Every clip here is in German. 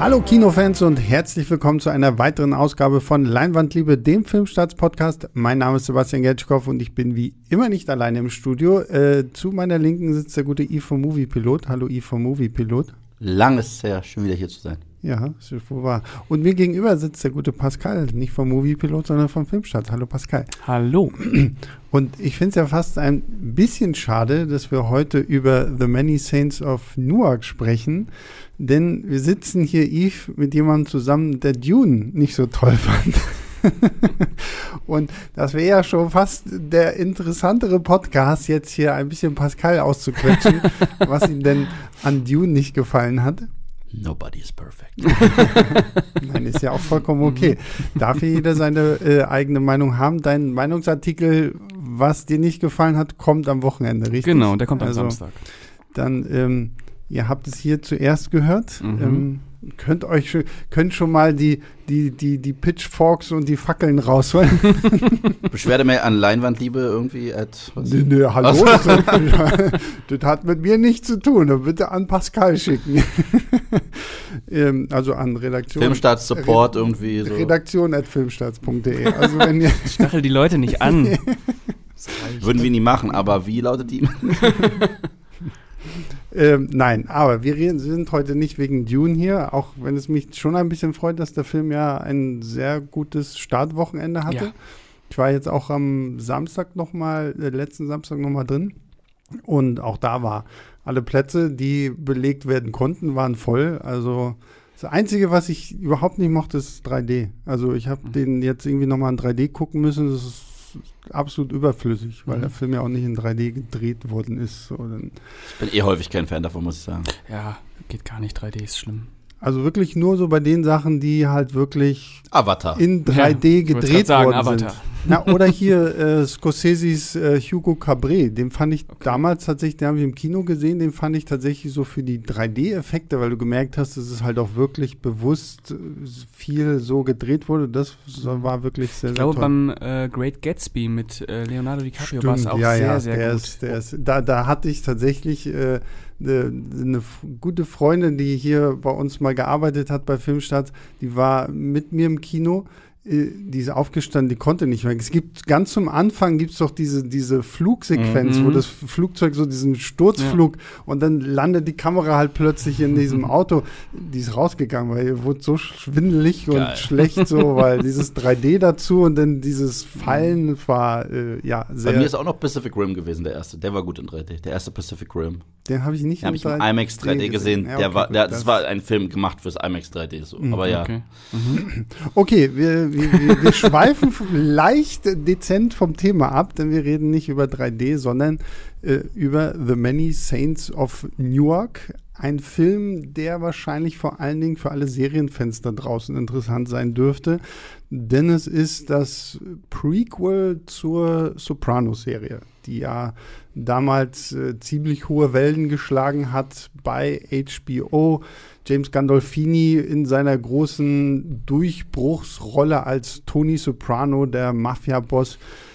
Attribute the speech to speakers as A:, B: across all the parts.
A: Hallo Kinofans und herzlich willkommen zu einer weiteren Ausgabe von Leinwandliebe, dem Filmstarts-Podcast. Mein Name ist Sebastian Gertschkow und ich bin wie immer nicht alleine im Studio. Zu meiner Linken sitzt der gute Yves vom Moviepilot. Hallo Yves vom Moviepilot.
B: Lang ist es her, schön wieder hier zu sein.
A: Ja, ist wohl wahr. Und mir gegenüber sitzt der gute Pascal, nicht vom Moviepilot, sondern vom Filmstart. Hallo Pascal.
C: Hallo.
A: Und ich finde es ja fast ein bisschen schade, dass wir heute über The Many Saints of Newark sprechen, denn wir sitzen hier, Yves, mit jemandem zusammen, der Dune nicht so toll fand. Und das wäre ja schon fast der interessantere Podcast, jetzt hier ein bisschen Pascal auszuquetschen, was ihm denn an Dune nicht gefallen hat.
B: Nobody is perfect.
A: Nein, ist ja auch vollkommen okay. Darf hier jeder seine eigene Meinung haben? Dein Meinungsartikel, was dir nicht gefallen hat, kommt am Wochenende, richtig?
C: Genau, der kommt am Samstag.
A: Dann, ihr habt es hier zuerst gehört. Könnt schon mal die Pitchforks und die Fackeln rausholen.
B: Beschwerdemail an Leinwandliebe irgendwie
A: Nee, hallo, das hat mit mir nichts zu tun. Bitte an Pascal schicken. Also an Redaktion.
B: Filmstarts-Support irgendwie so.
A: Redaktion@filmstarts.de. Also wenn ihr
C: Stachel die Leute nicht an.
B: Würden wir nie machen, aber wie lautet die?
A: Nein, aber wir sind heute nicht wegen Dune hier, auch wenn es mich schon ein bisschen freut, dass der Film ja ein sehr gutes Startwochenende hatte. Ja. Ich war jetzt auch am Samstag letzten Samstag nochmal drin und auch da war alle Plätze, die belegt werden konnten, waren voll. Also das Einzige, was ich überhaupt nicht mochte, ist 3D. Also ich habe den jetzt irgendwie nochmal in 3D gucken müssen, das ist absolut überflüssig, weil der Film ja auch nicht in 3D gedreht worden ist. So,
B: ich bin häufig kein Fan davon, muss ich sagen.
C: Ja, geht gar nicht, 3D ist schlimm.
A: Also wirklich nur so bei den Sachen, die halt wirklich
B: Avatar
A: in 3D gedreht worden
C: Avatar.
A: sind. Na, oder hier Scorseses Hugo Cabret, den fand ich damals tatsächlich, den habe ich im Kino gesehen, den fand ich tatsächlich so für die 3D-Effekte, weil du gemerkt hast, dass es halt auch wirklich bewusst viel so gedreht wurde. Das war wirklich sehr, sehr toll.
C: Ich glaube, beim Great Gatsby mit Leonardo DiCaprio war es auch sehr gut.
A: Da hatte ich tatsächlich eine gute Freundin, die hier bei uns mal gearbeitet hat bei Filmstarts, die war mit mir im Kino. Die ist aufgestanden, die konnte nicht mehr. Es gibt ganz zum Anfang gibt's doch diese Flugsequenz, wo das Flugzeug so diesen Sturzflug und dann landet die Kamera halt plötzlich in diesem Auto. Die ist rausgegangen, weil ihr wurde so schwindelig und schlecht so, weil dieses 3D dazu und dann dieses Fallen war sehr.
B: Bei mir ist auch noch Pacific Rim gewesen, der erste. Der war gut in 3D. Der erste Pacific Rim.
A: Den habe ich nicht
B: in IMAX 3D gesehen. Ja, okay, das war ein Film gemacht fürs IMAX 3D. So. Aber ja.
A: Okay, wir schweifen leicht dezent vom Thema ab, denn wir reden nicht über 3D, sondern über The Many Saints of Newark. Ein Film, der wahrscheinlich vor allen Dingen für alle Serienfans da draußen interessant sein dürfte, denn es ist das Prequel zur Sopranos-Serie, die ja damals ziemlich hohe Wellen geschlagen hat bei HBO. James Gandolfini in seiner großen Durchbruchsrolle als Tony Soprano, der Mafia-Boss.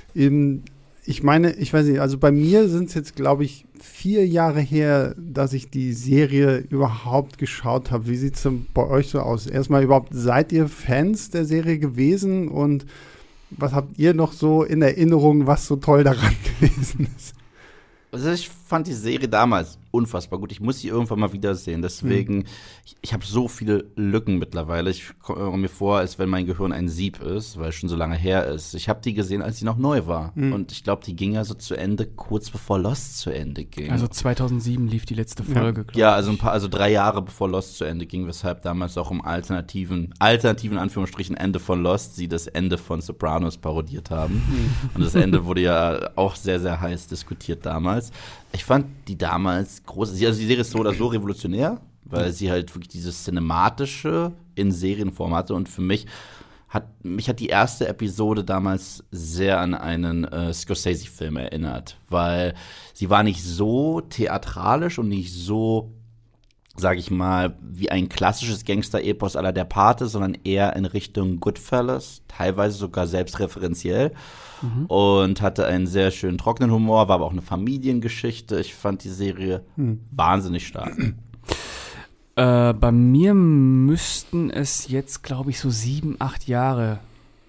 A: Ich weiß nicht, also bei mir sind es jetzt, glaube ich, 4 Jahre her, dass ich die Serie überhaupt geschaut habe. Wie sieht es denn bei euch so aus? Erstmal überhaupt, seid ihr Fans der Serie gewesen und was habt ihr noch so in Erinnerung, was so toll daran gewesen ist?
B: Also ich fand die Serie damals unfassbar gut. Ich muss sie irgendwann mal wiedersehen. Deswegen, ich habe so viele Lücken mittlerweile. Ich komme mir vor, als wenn mein Gehirn ein Sieb ist, weil es schon so lange her ist. Ich habe die gesehen, als sie noch neu war. Und ich glaube, die ging ja so zu Ende, kurz bevor Lost zu Ende ging.
C: Also 2007 lief die letzte Folge, glaube ich.
B: Ja, also 3 Jahre bevor Lost zu Ende ging, weshalb damals auch im alternativen Anführungsstrichen Ende von Lost sie das Ende von Sopranos parodiert haben. Und das Ende wurde ja auch sehr, sehr heiß diskutiert damals. Ich fand die damals groß. Also die Serie ist so oder so revolutionär, weil sie halt wirklich dieses Cinematische in Serienform hatte. Und für mich hat die erste Episode damals sehr an einen Scorsese-Film erinnert, weil sie war nicht so theatralisch und nicht so, sag ich mal, wie ein klassisches Gangster-Epos à la Der Pate, sondern eher in Richtung Goodfellas, teilweise sogar selbstreferenziell. Und hatte einen sehr schönen trockenen Humor, war aber auch eine Familiengeschichte. Ich fand die Serie wahnsinnig stark.
C: Bei mir müssten es jetzt, glaube ich, so 7, 8 Jahre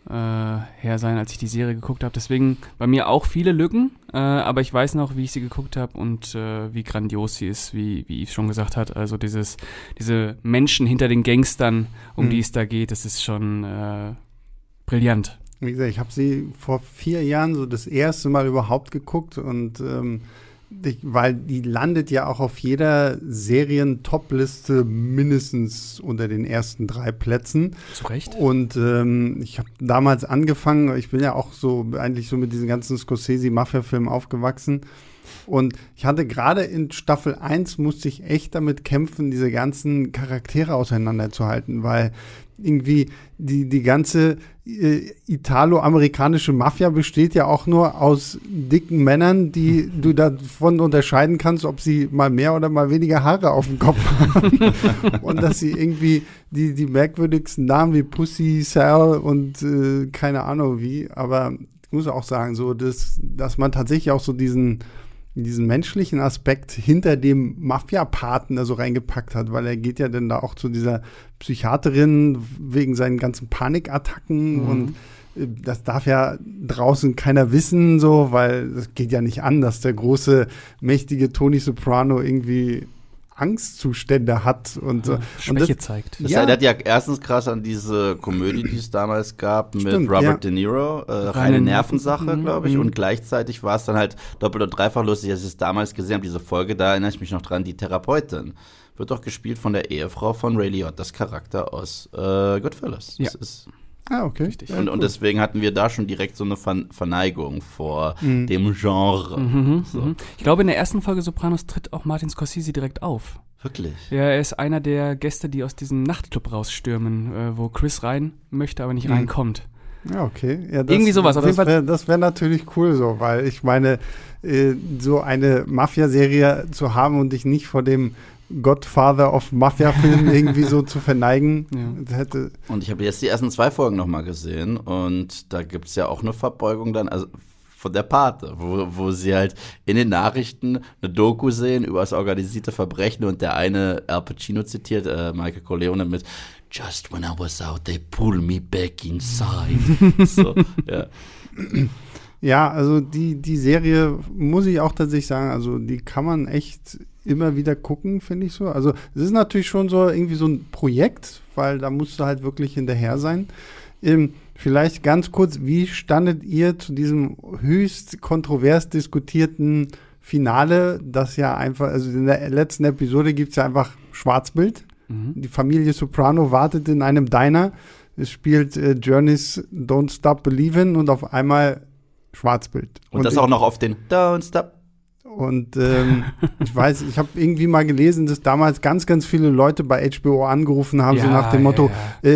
C: her sein, als ich die Serie geguckt habe. Deswegen bei mir auch viele Lücken, aber ich weiß noch, wie ich sie geguckt habe und wie grandios sie ist, wie Yves schon gesagt hat. Also diese Menschen hinter den Gangstern, um die es da geht, das ist schon brillant.
A: Wie gesagt, ich habe sie vor 4 Jahren so das erste Mal überhaupt geguckt und weil die landet ja auch auf jeder Serien-Top-Liste mindestens unter den ersten 3 Plätzen.
C: Zu Recht.
A: Und ich habe damals angefangen, ich bin ja auch so eigentlich so mit diesen ganzen Scorsese-Mafia-Filmen aufgewachsen. Und ich hatte gerade in Staffel 1 musste ich echt damit kämpfen, diese ganzen Charaktere auseinanderzuhalten, weil irgendwie die ganze italo-amerikanische Mafia besteht ja auch nur aus dicken Männern, die du davon unterscheiden kannst, ob sie mal mehr oder mal weniger Haare auf dem Kopf haben. Und dass sie irgendwie die merkwürdigsten Namen wie Pussy, Sal und keine Ahnung wie. Aber ich muss auch sagen, so dass man tatsächlich auch so diesen menschlichen Aspekt hinter dem Mafia-Paten da so reingepackt hat, weil er geht ja dann da auch zu dieser Psychiaterin wegen seinen ganzen Panikattacken und das darf ja draußen keiner wissen, so, weil das geht ja nicht an, dass der große, mächtige Tony Soprano irgendwie Angstzustände hat und
C: Schwäche zeigt.
B: Das erinnert ja erstens krass an diese Komödie, die es damals gab mit Robert De Niro, reine Nervensache, glaube ich, und gleichzeitig war es dann halt doppelt und dreifach lustig, als ich es damals gesehen habe, diese Folge, da erinnere ich mich noch dran, die Therapeutin wird doch gespielt von der Ehefrau von Ray Liotta's Charakter aus Goodfellas.
C: Ja.
B: Das ist
A: okay.
C: Richtig.
B: Und deswegen hatten wir da schon direkt so eine Verneigung vor dem Genre. So.
C: Ich glaube, in der ersten Folge Sopranos tritt auch Martin Scorsese direkt auf.
B: Wirklich?
C: Ja, er ist einer der Gäste, die aus diesem Nachtclub rausstürmen, wo Chris rein möchte, aber nicht reinkommt.
A: Ja, okay. Ja,
C: irgendwie sowas. Auf jeden Fall.
A: Das wäre natürlich cool so, weil ich meine, so eine Mafia-Serie zu haben und dich nicht vor dem Godfather of Mafia-Filmen irgendwie so zu verneigen.
C: Ja.
B: Und ich habe jetzt die ersten 2 Folgen noch mal gesehen und da gibt es ja auch eine Verbeugung dann, also von der Pate, wo sie halt in den Nachrichten eine Doku sehen über das organisierte Verbrechen und der eine Al Pacino zitiert, Michael Corleone mit "Just when I was out, they pull me back inside." So, ja.
A: Ja, also die Serie, muss ich auch tatsächlich sagen, also die kann man echt immer wieder gucken, finde ich so. Also es ist natürlich schon so irgendwie so ein Projekt, weil da musst du halt wirklich hinterher sein. Vielleicht ganz kurz, wie standet ihr zu diesem höchst kontrovers diskutierten Finale, das ja einfach, also in der letzten Episode gibt es ja einfach Schwarzbild. Die Familie Soprano wartet in einem Diner. Es spielt Journey's Don't Stop Believin' und auf einmal Schwarzbild.
B: Und das auch noch auf den Don't Stop.
A: Und ich weiß, ich habe irgendwie mal gelesen, dass damals ganz, ganz viele Leute bei HBO angerufen haben, so nach dem Motto,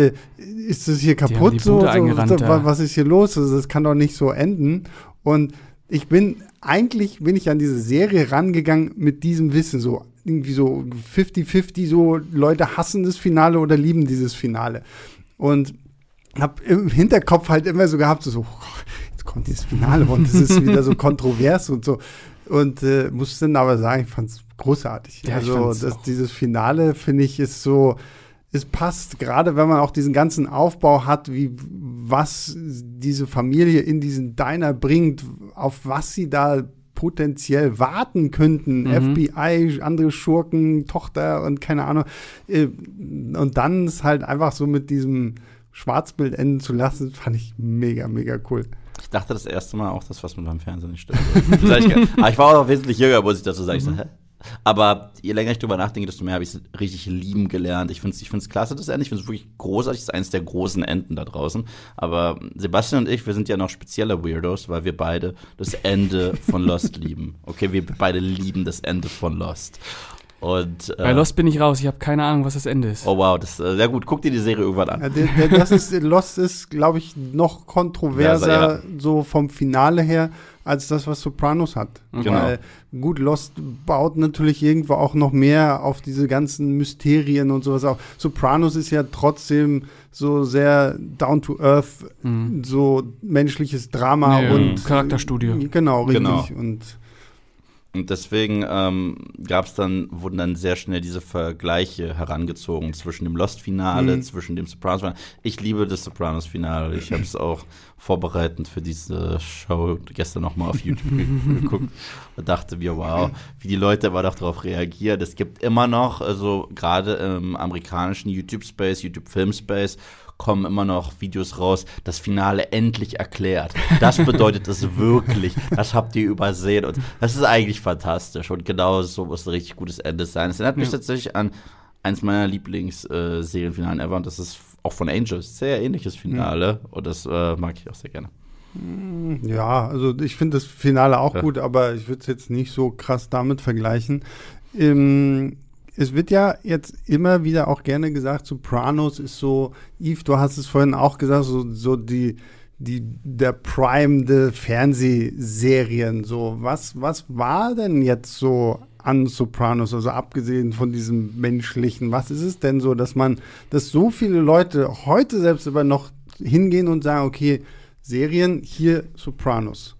A: ist das hier kaputt? Was ist hier los? Also, das kann doch nicht so enden. Und bin ich an diese Serie rangegangen mit diesem Wissen, so irgendwie so 50-50, so Leute hassen das Finale oder lieben dieses Finale. Und habe im Hinterkopf halt immer so gehabt, so jetzt kommt dieses Finale und das ist wieder so kontrovers und so. Und muss dann aber sagen, ich fand es großartig.
C: Ja,
A: also dieses Finale, finde ich, ist so, es passt, gerade wenn man auch diesen ganzen Aufbau hat, was diese Familie in diesen Diner bringt, auf was sie da potenziell warten könnten, FBI, andere Schurken, Tochter und keine Ahnung. Und dann es halt einfach so mit diesem Schwarzbild enden zu lassen, fand ich mega, mega cool.
B: Ich dachte das erste Mal auch, dass was mit meinem Fernsehen nicht stimmt. Aber ich war auch noch wesentlich jünger, muss ich dazu sagen. Ich so, hä? Aber je länger ich drüber nachdenke, desto mehr habe ich es richtig lieben gelernt. Ich find's klasse, das Ende. Ich finde es wirklich großartig. Das ist eines der großen Enden da draußen. Aber Sebastian und ich, wir sind ja noch spezielle Weirdos, weil wir beide das Ende von Lost lieben. Okay, wir beide lieben das Ende von Lost. Und,
C: bei Lost bin ich raus, ich habe keine Ahnung, was das Ende ist.
B: Oh wow, das ist sehr gut. Guck dir die Serie irgendwann an.
A: Ja, Lost ist, glaube ich, noch kontroverser so vom Finale her, als das, was Sopranos hat.
B: Genau.
A: Weil gut, Lost baut natürlich irgendwo auch noch mehr auf diese ganzen Mysterien und sowas auch. Sopranos ist ja trotzdem so sehr down to earth, so menschliches Drama und
C: Charakterstudio.
A: Genau, richtig.
B: Genau.
A: Und
B: Und deswegen wurden dann sehr schnell diese Vergleiche herangezogen zwischen dem Lost-Finale, zwischen dem Sopranos-Finale. Ich liebe das Sopranos-Finale. Ich habe es auch vorbereitend für diese Show gestern noch mal auf YouTube geguckt und dachte mir, wow, wie die Leute aber doch darauf reagieren. Es gibt immer noch, also gerade im amerikanischen YouTube-Space, YouTube-Film-Space, kommen immer noch Videos raus, das Finale endlich erklärt. Das bedeutet es wirklich. Das habt ihr übersehen. Und das ist eigentlich fantastisch. Und genau so muss ein richtig gutes Ende sein. Es erinnert mich tatsächlich an eins meiner Lieblings-Serienfinalen ever. Und das ist auch von Angels. Sehr ähnliches Finale. Und das mag ich auch sehr gerne.
A: Ja, also ich finde das Finale auch gut, aber ich würde es jetzt nicht so krass damit vergleichen. Es wird ja jetzt immer wieder auch gerne gesagt, Sopranos ist so, Yves, du hast es vorhin auch gesagt, so der Prime der Fernsehserien. So, was war denn jetzt so an Sopranos, also abgesehen von diesem Menschlichen? Was ist es denn so, dass so viele Leute heute selbst aber noch hingehen und sagen, okay, Serien, hier Sopranos?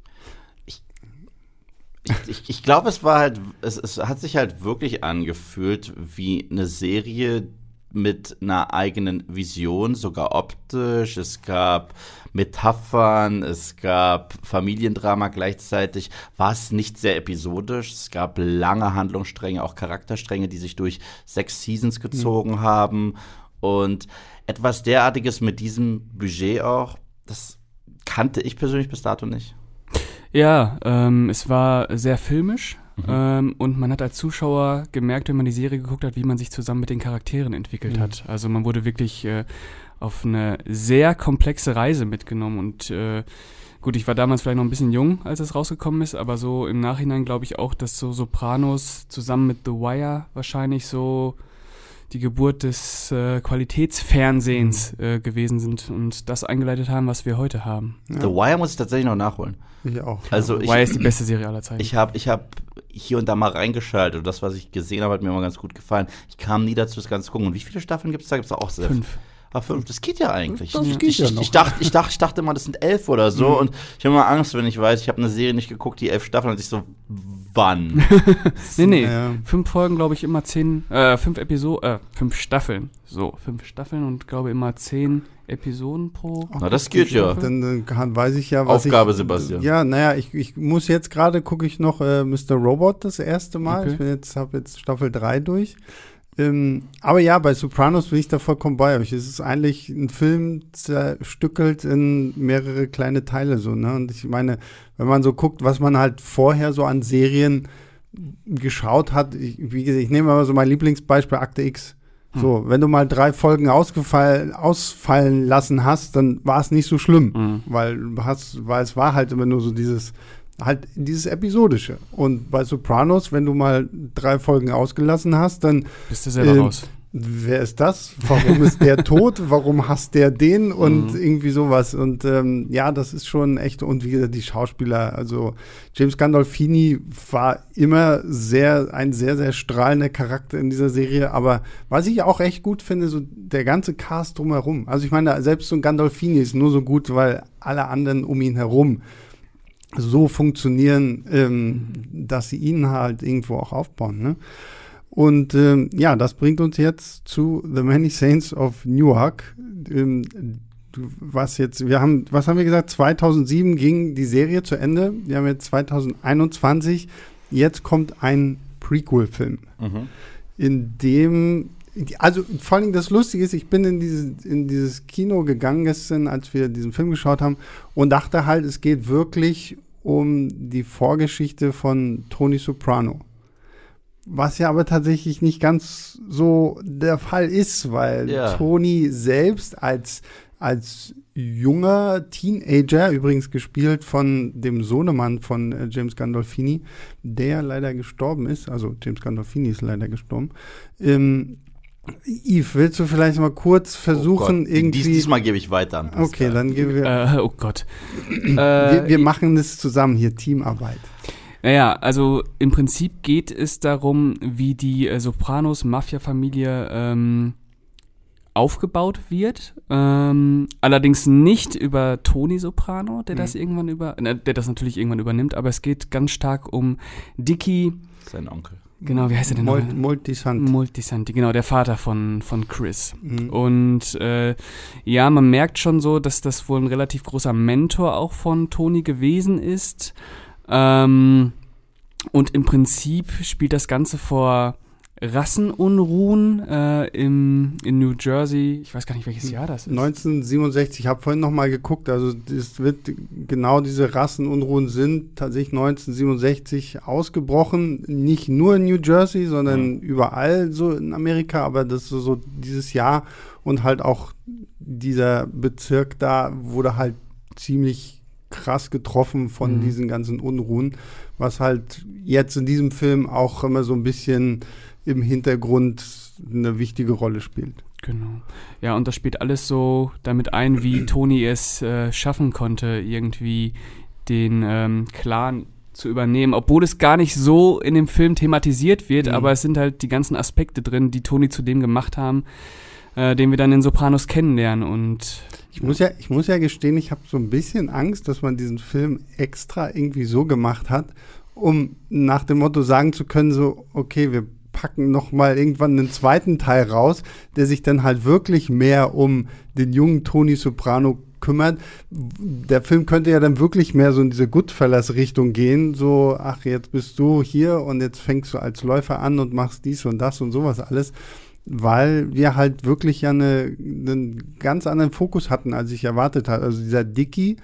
B: Ich glaube, es hat sich halt wirklich angefühlt wie eine Serie mit einer eigenen Vision, sogar optisch. Es gab Metaphern, es gab Familiendrama gleichzeitig. War es nicht sehr episodisch. Es gab lange Handlungsstränge, auch Charakterstränge, die sich durch 6 Seasons gezogen haben. Und etwas derartiges mit diesem Budget auch, das kannte ich persönlich bis dato nicht.
C: Ja, es war sehr filmisch und man hat als Zuschauer gemerkt, wenn man die Serie geguckt hat, wie man sich zusammen mit den Charakteren entwickelt hat. Also man wurde wirklich auf eine sehr komplexe Reise mitgenommen und gut, ich war damals vielleicht noch ein bisschen jung, als es rausgekommen ist, aber so im Nachhinein glaube ich auch, dass so Sopranos zusammen mit The Wire wahrscheinlich so die Geburt des Qualitätsfernsehens gewesen sind und das eingeleitet haben, was wir heute haben.
B: Ja. The Wire muss ich tatsächlich noch nachholen.
A: Ich auch.
B: Also
C: The Wire ist die beste Serie aller Zeiten.
B: Ich hab hier und da mal reingeschaltet und das, was ich gesehen habe, hat mir immer ganz gut gefallen. Ich kam nie dazu, das Ganze zu gucken. Und wie viele Staffeln gibt es da? Gibt es da auch
C: 5.
B: 5, das geht ja eigentlich.
A: Das geht ja noch.
B: Ich dachte mal, das sind 11 oder so. Und ich habe immer Angst, wenn ich weiß, ich habe eine Serie nicht geguckt, die 11 Staffeln, und ich so, wann?
C: Nee. 5 Folgen, glaube ich, immer 10, 5 Staffeln. So, 5 Staffeln und glaube immer 10 Episoden pro.
B: Na, das geht ja.
A: Dann weiß ich ja, was
B: Aufgabe, Sebastian.
A: Ja, naja, ich muss jetzt gerade, gucke ich noch Mr. Robot das erste Mal.
C: Okay.
A: Ich habe jetzt Staffel 3 durch. Aber ja, bei Sopranos bin ich da vollkommen bei euch. Es ist eigentlich ein Film zerstückelt in mehrere kleine Teile so, ne? Und ich meine, wenn man so guckt, was man halt vorher so an Serien geschaut hat, wie gesagt, ich nehme mal so mein Lieblingsbeispiel Akte X. So, wenn du mal 3 Folgen ausfallen lassen hast, dann war es nicht so schlimm, weil es war halt immer nur so dieses Episodische. Und bei Sopranos, wenn du mal 3 Folgen ausgelassen hast, dann
C: bist du selber raus.
A: Wer ist das? Warum ist der tot? Warum hasst der den? Und irgendwie sowas. Und ja, das ist schon echt. Und wie gesagt, die Schauspieler, also James Gandolfini war immer ein sehr, sehr strahlender Charakter in dieser Serie. Aber was ich auch echt gut finde, so der ganze Cast drumherum. Also ich meine, selbst so ein Gandolfini ist nur so gut, weil alle anderen um ihn herum so funktionieren, dass sie ihn halt irgendwo auch aufbauen, ne? Und ja, das bringt uns jetzt zu The Many Saints of Newark. Was haben wir gesagt? 2007 ging die Serie zu Ende. Wir haben jetzt 2021. Jetzt kommt ein Prequel-Film, in dem, also vor allem das Lustige ist, ich bin in dieses Kino gegangen gestern, als wir diesen Film geschaut haben und dachte halt, es geht wirklich um die Vorgeschichte von Tony Soprano. Was ja aber tatsächlich nicht ganz so der Fall ist, weil Tony selbst als junger Teenager, übrigens gespielt von dem Sohnemann von James Gandolfini, der leider gestorben ist, also James Gandolfini ist leider gestorben. Yves, willst du vielleicht mal kurz versuchen, irgendwie...
B: Diesmal gebe ich weiter an Pascal.
A: Okay, dann geben wir...
C: oh Gott.
A: Wir machen das zusammen hier, Teamarbeit.
C: Naja, also im Prinzip geht es darum, wie die Sopranos-Mafia-Familie aufgebaut wird. Allerdings nicht über Tony Soprano, der das natürlich irgendwann übernimmt, aber es geht ganz stark um Dickie.
B: Sein Onkel.
C: Genau, wie heißt er denn noch?
A: Moltisanti,
C: genau, der Vater von Chris. Und man merkt schon so, dass das wohl ein relativ großer Mentor auch von Tony gewesen ist. Und im Prinzip spielt das Ganze vor Rassenunruhen in New Jersey. Ich weiß gar nicht, welches Jahr das ist.
A: 1967, ich habe vorhin noch mal geguckt, also genau diese Rassenunruhen sind tatsächlich 1967 ausgebrochen. Nicht nur in New Jersey, sondern überall so in Amerika, aber das ist so dieses Jahr und halt auch dieser Bezirk da wurde halt ziemlich krass getroffen von diesen ganzen Unruhen, was halt jetzt in diesem Film auch immer so ein bisschen im Hintergrund eine wichtige Rolle spielt.
C: Genau. Ja, und das spielt alles so damit ein, wie Tony es schaffen konnte, irgendwie den Clan zu übernehmen, obwohl es gar nicht so in dem Film thematisiert wird, aber es sind halt die ganzen Aspekte drin, die Tony zu dem gemacht haben, den wir dann in Sopranos kennenlernen. Und
A: ich muss ja gestehen, ich habe so ein bisschen Angst, dass man diesen Film extra irgendwie so gemacht hat, um nach dem Motto sagen zu können, so, okay, wir packen noch mal irgendwann einen zweiten Teil raus, der sich dann halt wirklich mehr um den jungen Tony Soprano kümmert. Der Film könnte ja dann wirklich mehr so in diese Goodfellas-Richtung gehen, so, ach, jetzt bist du hier und jetzt fängst du als Läufer an und machst dies und das und sowas alles, weil wir halt wirklich ja einen ganz anderen Fokus hatten, als ich erwartet hatte. Also dieser Dickie,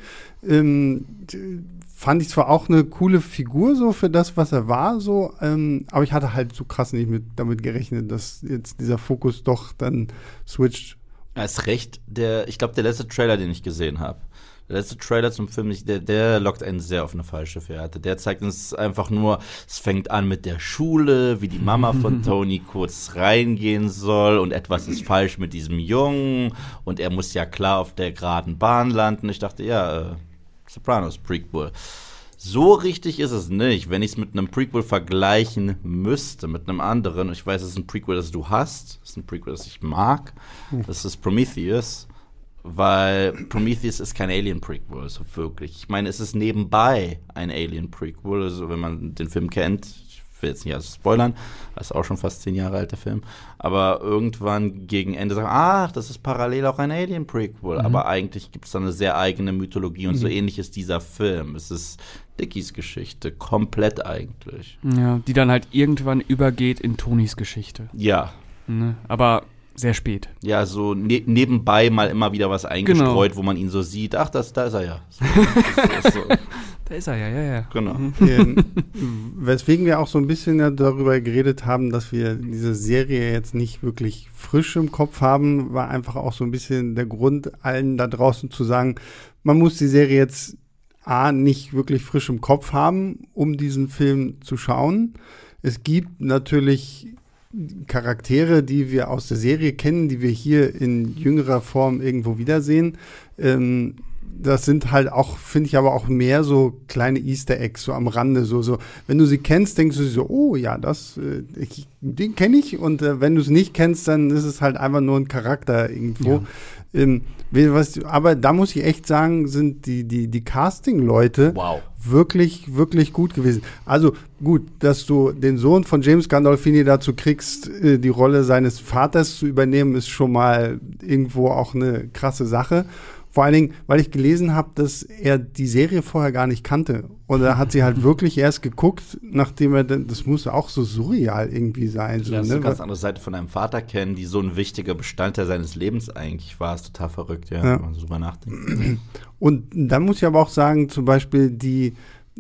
A: fand ich zwar auch eine coole Figur so für das, was er war, so, aber ich hatte halt so krass nicht damit gerechnet, dass jetzt dieser Fokus doch dann switcht.
B: Hast recht, ich glaube, der letzte Trailer, den ich gesehen habe, der letzte Trailer zum Film, der lockt einen sehr auf eine falsche Fährte. Der zeigt uns einfach nur, es fängt an mit der Schule, wie die Mama von Tony kurz reingehen soll und etwas ist falsch mit diesem Jungen und er muss ja klar auf der geraden Bahn landen. Ich dachte, Sopranos Prequel. So richtig ist es nicht. Wenn ich es mit einem Prequel vergleichen müsste, mit einem anderen, ich weiß, es ist ein Prequel, das du hast, es ist ein Prequel, das ich mag, das ist Prometheus, weil Prometheus ist kein Alien-Prequel, so wirklich. Ich meine, es ist nebenbei ein Alien-Prequel, also wenn man den Film kennt, ich will jetzt nicht alles spoilern, das ist auch schon fast 10 Jahre alt, der Film, aber irgendwann gegen Ende sagt, das ist parallel auch ein Alien-Prequel, aber eigentlich gibt es da eine sehr eigene Mythologie und so ähnlich ist dieser Film. Es ist Dickies Geschichte, komplett eigentlich.
C: Ja, die dann halt irgendwann übergeht in Tonys Geschichte.
B: Ja.
C: Ne? Aber sehr spät.
B: Ja, so nebenbei mal immer wieder was eingestreut, wo man ihn so sieht. Ach, da ist er ja. So.
C: Da ist er ja.
B: Genau.
A: Weswegen wir auch so ein bisschen darüber geredet haben, dass wir diese Serie jetzt nicht wirklich frisch im Kopf haben, war einfach auch so ein bisschen der Grund, allen da draußen zu sagen, man muss die Serie jetzt nicht wirklich frisch im Kopf haben, um diesen Film zu schauen. Es gibt natürlich Charaktere, die wir aus der Serie kennen, die wir hier in jüngerer Form irgendwo wiedersehen. Das sind halt auch, finde ich, aber auch mehr so kleine Easter Eggs, so am Rande. So. Wenn du sie kennst, denkst du so, oh ja, den kenne ich. Und wenn du es nicht kennst, dann ist es halt einfach nur ein Charakter irgendwo. Ja. Aber da muss ich echt sagen, sind die Casting-Leute wirklich, wirklich gut gewesen. Also gut, dass du den Sohn von James Gandolfini dazu kriegst, die Rolle seines Vaters zu übernehmen, ist schon mal irgendwo auch eine krasse Sache. Vor allen Dingen, weil ich gelesen habe, dass er die Serie vorher gar nicht kannte. Und er hat sie halt wirklich erst geguckt, nachdem das muss auch so surreal irgendwie sein.
B: Du lernst eine ganz andere Seite von deinem Vater kennen, die so ein wichtiger Bestandteil seines Lebens eigentlich war. Ist total verrückt, wenn man so drüber nachdenkt. Und dann muss ich aber auch sagen, zum Beispiel die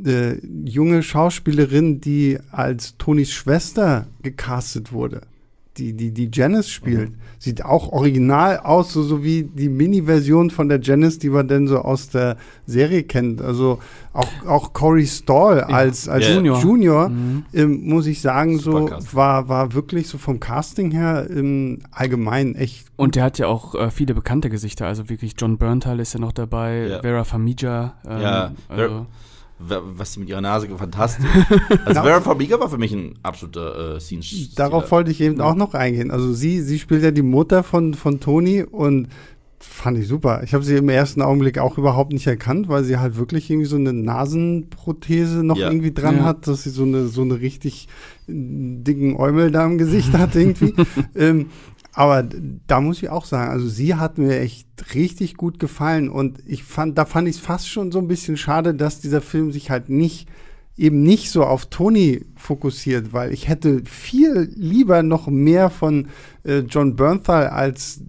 B: junge Schauspielerin, die als Tonys Schwester gecastet wurde, die Janice spielt, sieht auch original aus, so wie die Mini-Version von der Janice, die man denn so aus der Serie kennt. Also auch Corey Stoll als Junior muss ich sagen, so war wirklich so vom Casting her allgemein echt gut.
C: Und der hat ja auch viele bekannte Gesichter, also wirklich John Bernthal ist ja noch dabei, Vera Farmiga.
B: was sie mit ihrer Nase fantastisch. Also Vera Farmiga war für mich ein absoluter Scene-Stealer.
A: Darauf wollte ich eben auch noch eingehen. Also sie spielt ja die Mutter von Tony und fand ich super. Ich habe sie im ersten Augenblick auch überhaupt nicht erkannt, weil sie halt wirklich irgendwie so eine Nasenprothese noch irgendwie dran hat, dass sie so eine richtig dicken Äumel da im Gesicht hat irgendwie. Aber da muss ich auch sagen, also sie hat mir echt richtig gut gefallen und da fand ich es fast schon so ein bisschen schade, dass dieser Film sich halt eben nicht so auf Tony fokussiert, weil ich hätte viel lieber noch mehr von John Bernthal als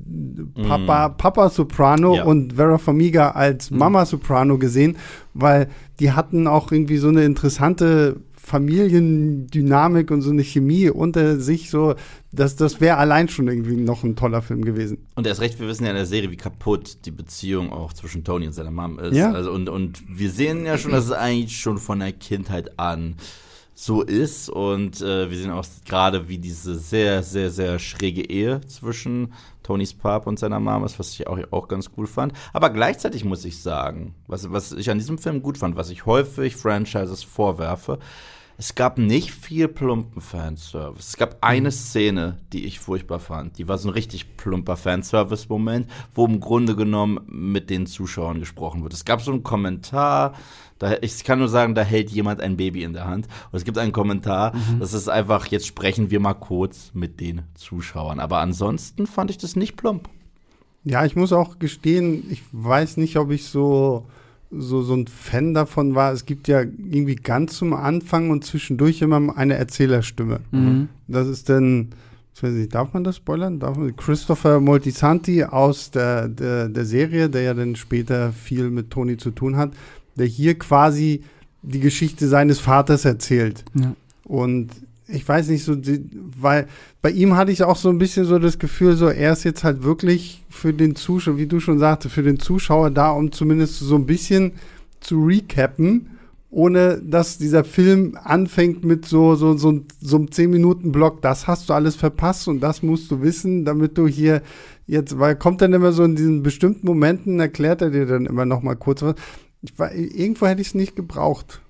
A: Papa Soprano und Vera Farmiga als Mama Soprano gesehen, weil die hatten auch irgendwie so eine interessante Familiendynamik und so eine Chemie unter sich, so, das wäre allein schon irgendwie noch ein toller Film gewesen.
B: Und erst recht, wir wissen ja in der Serie, wie kaputt die Beziehung auch zwischen Tony und seiner Mom ist.
A: Ja.
B: Also und wir sehen ja schon, dass es eigentlich schon von der Kindheit an so ist. Und wir sehen auch gerade, wie diese sehr, sehr, sehr schräge Ehe zwischen Tonys Pap und seiner Mom ist, was ich auch ganz cool fand. Aber gleichzeitig muss ich sagen, was ich an diesem Film gut fand, was ich häufig Franchises vorwerfe, es gab nicht viel plumpen Fanservice. Es gab eine Szene, die ich furchtbar fand. Die war so ein richtig plumper Fanservice-Moment, wo im Grunde genommen mit den Zuschauern gesprochen wird. Es gab so einen Kommentar, ich kann nur sagen, da hält jemand ein Baby in der Hand. Und es gibt einen Kommentar, das ist einfach, jetzt sprechen wir mal kurz mit den Zuschauern. Aber ansonsten fand ich das nicht plump.
A: Ja, ich muss auch gestehen, ich weiß nicht, ob ich so ein Fan davon war. Es gibt ja irgendwie ganz zum Anfang und zwischendurch immer eine Erzählerstimme. Das ist dann, ich weiß nicht, darf man das spoilern? Christopher Moltisanti aus der Serie, der ja dann später viel mit Tony zu tun hat, der hier quasi die Geschichte seines Vaters erzählt. Ja. Und ich weiß nicht, weil bei ihm hatte ich auch so ein bisschen so das Gefühl, so er ist jetzt halt wirklich für den Zuschauer, wie du schon sagte, für den Zuschauer da, um zumindest so ein bisschen zu recappen, ohne dass dieser Film anfängt mit so einem 10-Minuten-Block, das hast du alles verpasst und das musst du wissen, damit du hier jetzt, weil kommt dann immer so in diesen bestimmten Momenten, erklärt er dir dann immer noch mal kurz was. Irgendwo hätte ich es nicht gebraucht.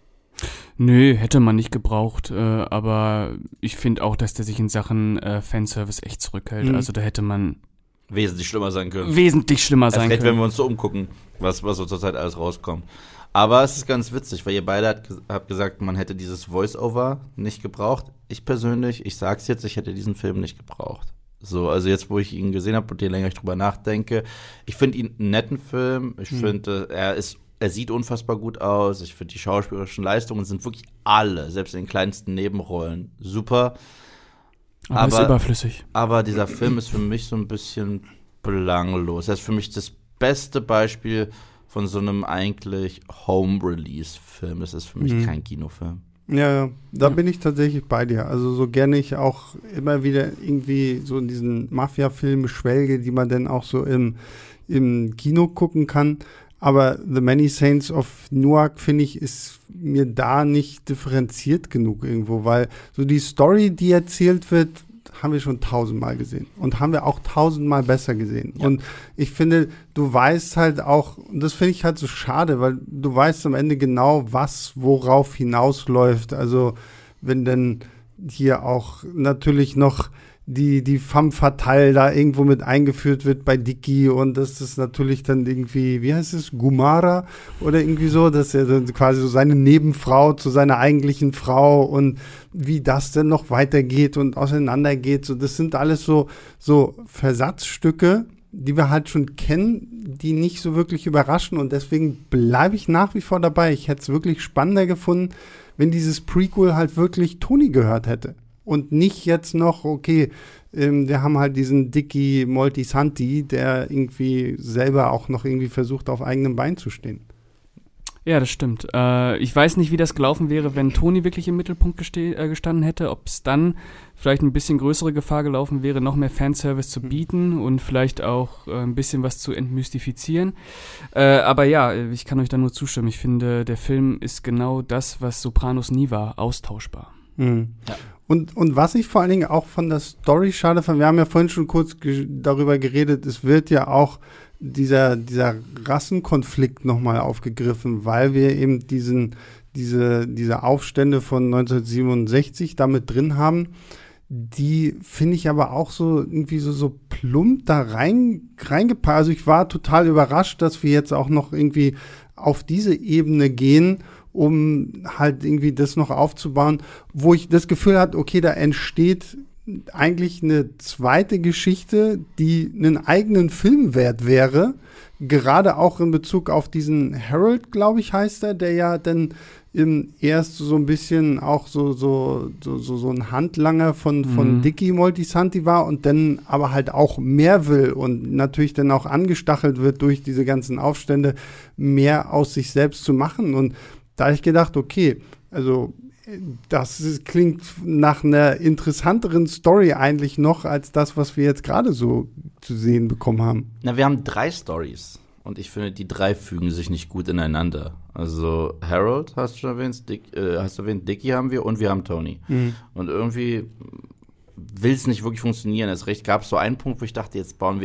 C: Nö, hätte man nicht gebraucht, aber ich finde auch, dass der sich in Sachen Fanservice echt zurückhält. Also da hätte man
B: wesentlich schlimmer sein können.
C: Vielleicht,
B: wenn wir uns so umgucken, was so zur Zeit alles rauskommt. Aber es ist ganz witzig, weil ihr beide habt gesagt, man hätte dieses Voice-Over nicht gebraucht. Ich persönlich, ich sag's jetzt, ich hätte diesen Film nicht gebraucht. So, also jetzt, wo ich ihn gesehen habe und je länger ich drüber nachdenke, ich finde ihn einen netten Film. Ich finde, er sieht unfassbar gut aus. Ich finde, die schauspielerischen Leistungen sind wirklich alle, selbst in den kleinsten Nebenrollen, super.
C: Aber ist überflüssig.
B: Aber dieser Film ist für mich so ein bisschen belanglos. Er ist für mich das beste Beispiel von so einem eigentlich Home-Release-Film. Es ist für mich kein Kinofilm.
A: Ja, da bin ich tatsächlich bei dir. Also so gerne ich auch immer wieder irgendwie so in diesen Mafia-Filmen schwelge, die man dann auch so im Kino gucken kann. Aber The Many Saints of Newark, finde ich, ist mir da nicht differenziert genug irgendwo, weil so die Story, die erzählt wird, haben wir schon 1000-mal gesehen und haben wir auch 1000-mal besser gesehen. Ja. Und ich finde, du weißt halt auch, und das finde ich halt so schade, weil du weißt am Ende genau, worauf hinausläuft. Also wenn dann hier auch natürlich noch die femme fatale da irgendwo mit eingeführt wird bei Dicky und das ist natürlich dann irgendwie, wie heißt es, Gumara oder irgendwie so, dass er dann quasi so seine Nebenfrau zu seiner eigentlichen Frau und wie das denn noch weitergeht und auseinandergeht, so das sind alles so Versatzstücke, die wir halt schon kennen, die nicht so wirklich überraschen und deswegen bleibe ich nach wie vor dabei. Ich hätte es wirklich spannender gefunden, wenn dieses Prequel halt wirklich Tony gehört hätte. Und nicht jetzt noch, okay, wir haben halt diesen Dicky Moltisanti, der irgendwie selber auch noch irgendwie versucht, auf eigenem Bein zu stehen.
C: Ja, das stimmt. Ich weiß nicht, wie das gelaufen wäre, wenn Tony wirklich im Mittelpunkt gestanden hätte, ob es dann vielleicht ein bisschen größere Gefahr gelaufen wäre, noch mehr Fanservice zu bieten und vielleicht auch ein bisschen was zu entmystifizieren. Aber ja, ich kann euch da nur zustimmen. Ich finde, der Film ist genau das, was Sopranos nie war, austauschbar.
A: Mhm. Ja. Und was ich vor allen Dingen auch von der Story schade fand, wir haben ja vorhin schon kurz darüber geredet, es wird ja auch dieser Rassenkonflikt nochmal aufgegriffen, weil wir eben diese Aufstände von 1967 da mit drin haben. Die finde ich aber auch so irgendwie so plump da reingepackt. Also ich war total überrascht, dass wir jetzt auch noch irgendwie auf diese Ebene gehen, um halt irgendwie das noch aufzubauen, wo ich das Gefühl hatte, okay, da entsteht eigentlich eine zweite Geschichte, die einen eigenen Film wert wäre, gerade auch in Bezug auf diesen Harold, glaube ich, heißt er, der ja dann erst so ein bisschen auch so ein Handlanger von Dickie Moltisanti war und dann aber halt auch mehr will und natürlich dann auch angestachelt wird durch diese ganzen Aufstände, mehr aus sich selbst zu machen. Und da habe ich gedacht, okay, also klingt nach einer interessanteren Story eigentlich noch als das, was wir jetzt gerade so zu sehen bekommen haben.
B: Na, wir haben 3 Stories und ich finde, die 3 fügen sich nicht gut ineinander. Also Harold hast du schon erwähnt, Dickie haben wir und wir haben Tony. Mhm. Und irgendwie will es nicht wirklich funktionieren. Erst recht gab es so einen Punkt, wo ich dachte, jetzt bauen wir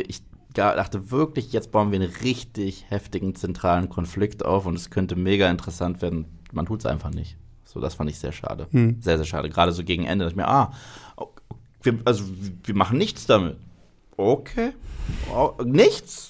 B: einen richtig heftigen zentralen Konflikt auf und es könnte mega interessant werden. Man tut es einfach nicht. So, das fand ich sehr schade. Sehr, sehr schade. Gerade so gegen Ende, dass ich mir, wir machen nichts damit. Okay. Oh, nichts?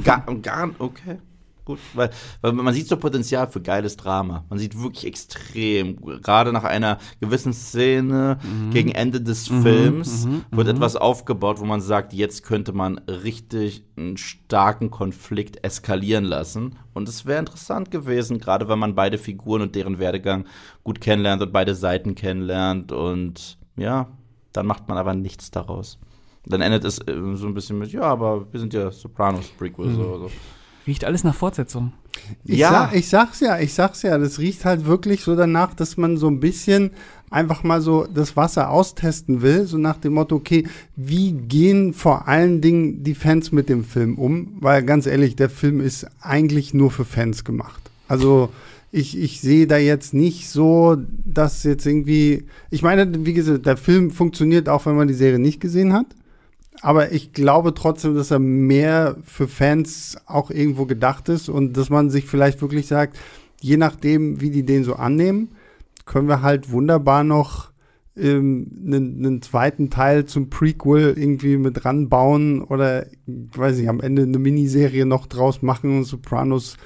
B: Okay. Gut, weil man sieht so Potenzial für geiles Drama. Man sieht wirklich extrem, gerade nach einer gewissen Szene gegen Ende des Films wird etwas aufgebaut, wo man sagt, jetzt könnte man richtig einen starken Konflikt eskalieren lassen. Und es wäre interessant gewesen, gerade wenn man beide Figuren und deren Werdegang gut kennenlernt und beide Seiten kennenlernt. Und ja, dann macht man aber nichts daraus. Dann endet es so ein bisschen mit, ja, aber wir sind ja Sopranos-Prequel. So.
C: Riecht alles nach Fortsetzung.
A: Ich sag's ja, das riecht halt wirklich so danach, dass man so ein bisschen einfach mal so das Wasser austesten will, so nach dem Motto, okay, wie gehen vor allen Dingen die Fans mit dem Film um? Weil ganz ehrlich, der Film ist eigentlich nur für Fans gemacht. Also ich sehe da jetzt nicht so, dass jetzt irgendwie, ich meine, wie gesagt, der Film funktioniert auch, wenn man die Serie nicht gesehen hat. Aber ich glaube trotzdem, dass er mehr für Fans auch irgendwo gedacht ist und dass man sich vielleicht wirklich sagt, je nachdem, wie die den so annehmen, können wir halt wunderbar noch einen zweiten Teil zum Prequel irgendwie mit ranbauen oder, weiß nicht, am Ende eine Miniserie noch draus machen und Sopranos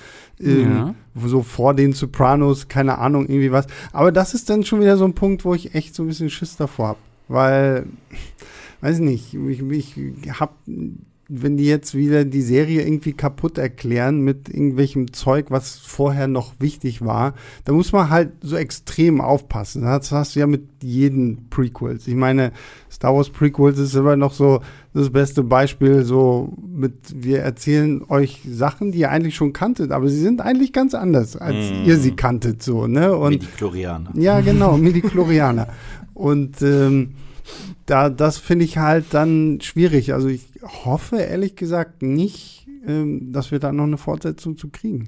A: so vor den Sopranos, keine Ahnung, irgendwie was. Aber das ist dann schon wieder so ein Punkt, wo ich echt so ein bisschen Schiss davor habe, weil weiß nicht, ich hab, wenn die jetzt wieder die Serie irgendwie kaputt erklären mit irgendwelchem Zeug, was vorher noch wichtig war, da muss man halt so extrem aufpassen. Das hast du ja mit jedem Prequels. Ich meine, Star Wars Prequels ist immer noch so das beste Beispiel, so mit, wir erzählen euch Sachen, die ihr eigentlich schon kanntet, aber sie sind eigentlich ganz anders, als ihr sie kanntet, so, ne? Und
B: Midi-Chlorianer.
A: Ja, genau, Midi-Chlorianer. Und das finde ich halt dann schwierig. Also ich hoffe ehrlich gesagt nicht, dass wir da noch eine Fortsetzung zu kriegen.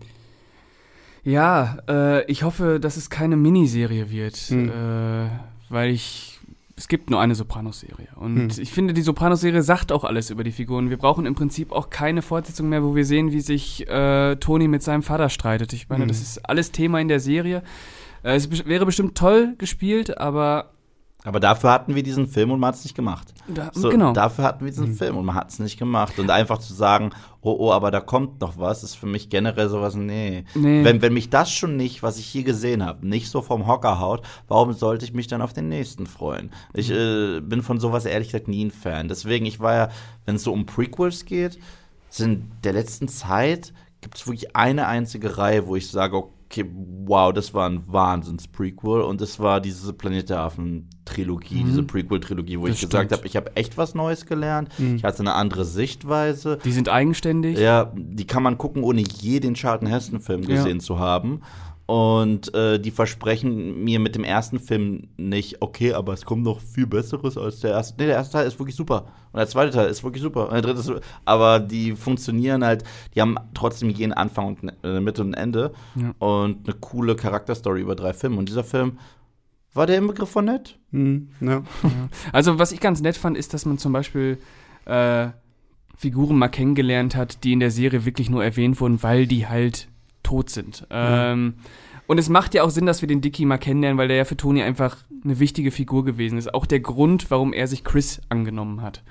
C: Ja, ich hoffe, dass es keine Miniserie wird, weil es gibt nur eine Sopranos-Serie. Und ich finde, die Sopranos-Serie sagt auch alles über die Figuren. Wir brauchen im Prinzip auch keine Fortsetzung mehr, wo wir sehen, wie sich Tony mit seinem Vater streitet. Ich meine, das ist alles Thema in der Serie. Es wäre bestimmt toll gespielt, aber
B: dafür hatten wir diesen Film und man hat es nicht gemacht.
C: Genau.
B: Dafür hatten wir diesen Film und man hat es nicht gemacht. Und einfach zu sagen, oh, aber da kommt noch was, ist für mich generell sowas, nee. Wenn mich das schon nicht, was ich hier gesehen habe, nicht so vom Hocker haut, warum sollte ich mich dann auf den nächsten freuen? Ich bin von sowas ehrlich gesagt nie ein Fan. Deswegen, ich war ja, wenn es so um Prequels geht, in der letzten Zeit gibt es wirklich eine einzige Reihe, wo ich sage, okay, wow, das war ein Wahnsinns-Prequel und das war diese Planet der Affen-Trilogie, diese Prequel-Trilogie, wo ich gesagt habe, ich habe echt was Neues gelernt, ich hatte eine andere Sichtweise.
C: Die sind eigenständig.
B: Ja, die kann man gucken, ohne je den Charlton Heston-Film gesehen zu haben. Und die versprechen mir mit dem ersten Film nicht, okay, aber es kommt noch viel Besseres als der erste. Nee, der erste Teil ist wirklich super. Und der zweite Teil ist wirklich super. Und der dritte ist super. Aber die funktionieren halt, die haben trotzdem jeden Anfang und Mitte und Ende. Ja. Und eine coole Charakterstory über 3 Filme. Und dieser Film war der Inbegriff von nett.
A: Ja.
C: Also, was ich ganz nett fand, ist, dass man zum Beispiel Figuren mal kennengelernt hat, die in der Serie wirklich nur erwähnt wurden, weil die halt tot sind. Und es macht ja auch Sinn, dass wir den Dickie mal kennenlernen, weil der ja für Tony einfach eine wichtige Figur gewesen ist. Auch der Grund, warum er sich Chris angenommen hat.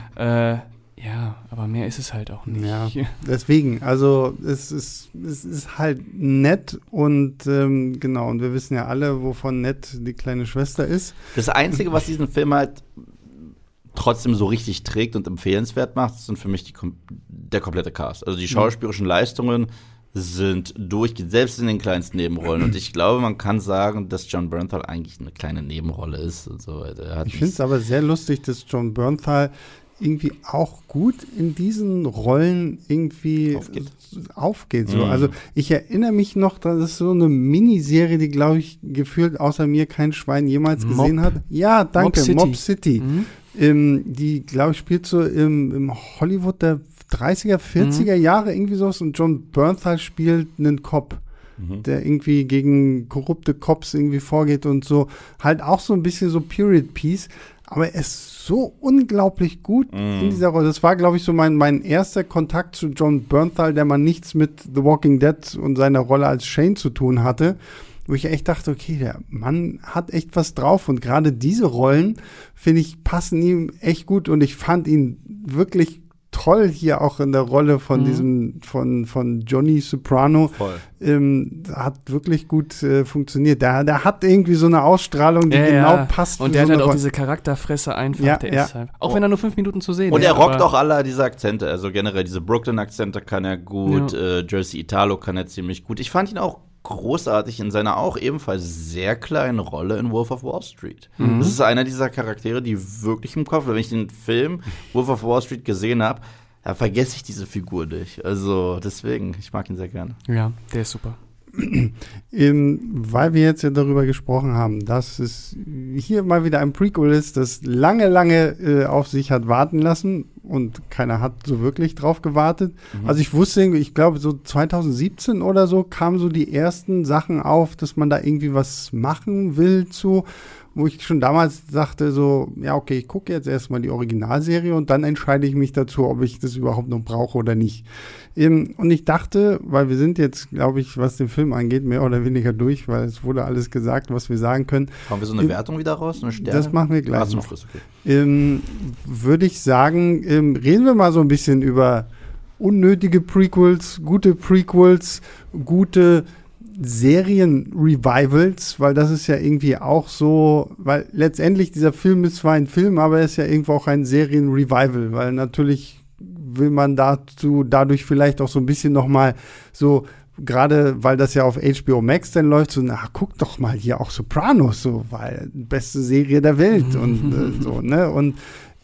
C: Ja, aber mehr ist es halt auch nicht.
A: Ja, deswegen, also es ist halt nett und genau, und wir wissen ja alle, wovon Ned die kleine Schwester ist.
B: Das Einzige, was diesen Film halt trotzdem so richtig trägt und empfehlenswert macht, sind für mich der komplette Cast. Also die schauspielerischen Leistungen sind durchgehend, selbst in den kleinsten Nebenrollen. Und ich glaube, man kann sagen, dass Jon Bernthal eigentlich eine kleine Nebenrolle ist. Also,
A: ich finde es aber sehr lustig, dass Jon Bernthal irgendwie auch gut in diesen Rollen irgendwie aufgeht. So. Also ich erinnere mich noch, das ist so eine Miniserie, die, glaube ich, gefühlt außer mir kein Schwein jemals gesehen hat. Ja, danke, Mob City. Die, glaube ich, spielt so im Hollywood der 30er, 40er Jahre irgendwie sowas und Jon Bernthal spielt einen Cop, der irgendwie gegen korrupte Cops irgendwie vorgeht und so. Halt auch so ein bisschen so Period Piece. Aber er ist so unglaublich gut in dieser Rolle. Das war, glaube ich, so mein erster Kontakt zu Jon Bernthal, der mal nichts mit The Walking Dead und seiner Rolle als Shane zu tun hatte. Wo ich echt dachte, okay, der Mann hat echt was drauf. Und gerade diese Rollen, finde ich, passen ihm echt gut. Und ich fand ihn wirklich toll hier auch in der Rolle von von Johnny Soprano. Hat wirklich gut funktioniert. Der hat irgendwie so eine Ausstrahlung, die genau passt.
C: Und der hat halt auch diese Charakterfresse einfach. Der ist halt, auch wenn er nur 5 Minuten zu sehen ist.
B: Und er rockt auch alle diese Akzente. Also generell diese Brooklyn-Akzente kann er gut. Jersey Italo kann er ziemlich gut. Ich fand ihn auch großartig in seiner auch ebenfalls sehr kleinen Rolle in Wolf of Wall Street. Das ist einer dieser Charaktere, die wirklich im Kopf, wenn ich den Film Wolf of Wall Street gesehen habe, da vergesse ich diese Figur nicht. Also deswegen, ich mag ihn sehr gerne.
C: Ja, der ist super.
A: Weil wir jetzt ja darüber gesprochen haben, dass es hier mal wieder ein Prequel ist, das lange auf sich hat warten lassen und keiner hat so wirklich drauf gewartet. Also ich glaube so 2017 oder so kamen so die ersten Sachen auf, dass man da irgendwie was machen will zu, wo ich schon damals sagte so, ja okay, ich gucke jetzt erstmal die Originalserie und dann entscheide ich mich dazu, ob ich das überhaupt noch brauche oder nicht. Und ich dachte, weil wir sind jetzt, glaube ich, was den Film angeht, mehr oder weniger durch, weil es wurde alles gesagt, was wir sagen können.
B: Haben wir so eine Wertung wieder raus? Eine Sterne?
A: Das machen wir gleich
B: zum
A: noch.
B: Schluss, okay.
A: Würde ich sagen, reden wir mal so ein bisschen über unnötige Prequels, gute Serien-Revivals, weil das ist ja irgendwie auch so, weil letztendlich dieser Film ist zwar ein Film, aber er ist ja irgendwo auch ein Serien-Revival, weil natürlich will man dadurch vielleicht auch so ein bisschen nochmal so, gerade weil das ja auf HBO Max dann läuft, so, guck doch mal hier auch Sopranos, so, weil beste Serie der Welt und so, ne, und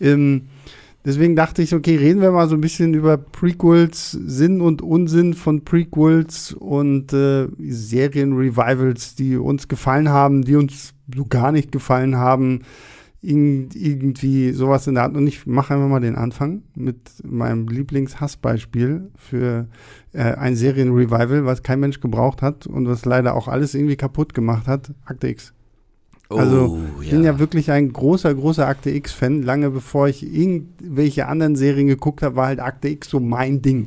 A: deswegen dachte ich, okay, reden wir mal so ein bisschen über Prequels, Sinn und Unsinn von Prequels und Serien-Revivals, die uns gefallen haben, die uns so gar nicht gefallen haben, irgendwie sowas in der Art. Und ich mache einfach mal den Anfang mit meinem Lieblingshassbeispiel für ein Serien-Revival, was kein Mensch gebraucht hat und was leider auch alles irgendwie kaputt gemacht hat, Akte X. Also ich bin ja wirklich ein großer Akte X-Fan. Lange bevor ich irgendwelche anderen Serien geguckt habe, war halt Akte X so mein Ding.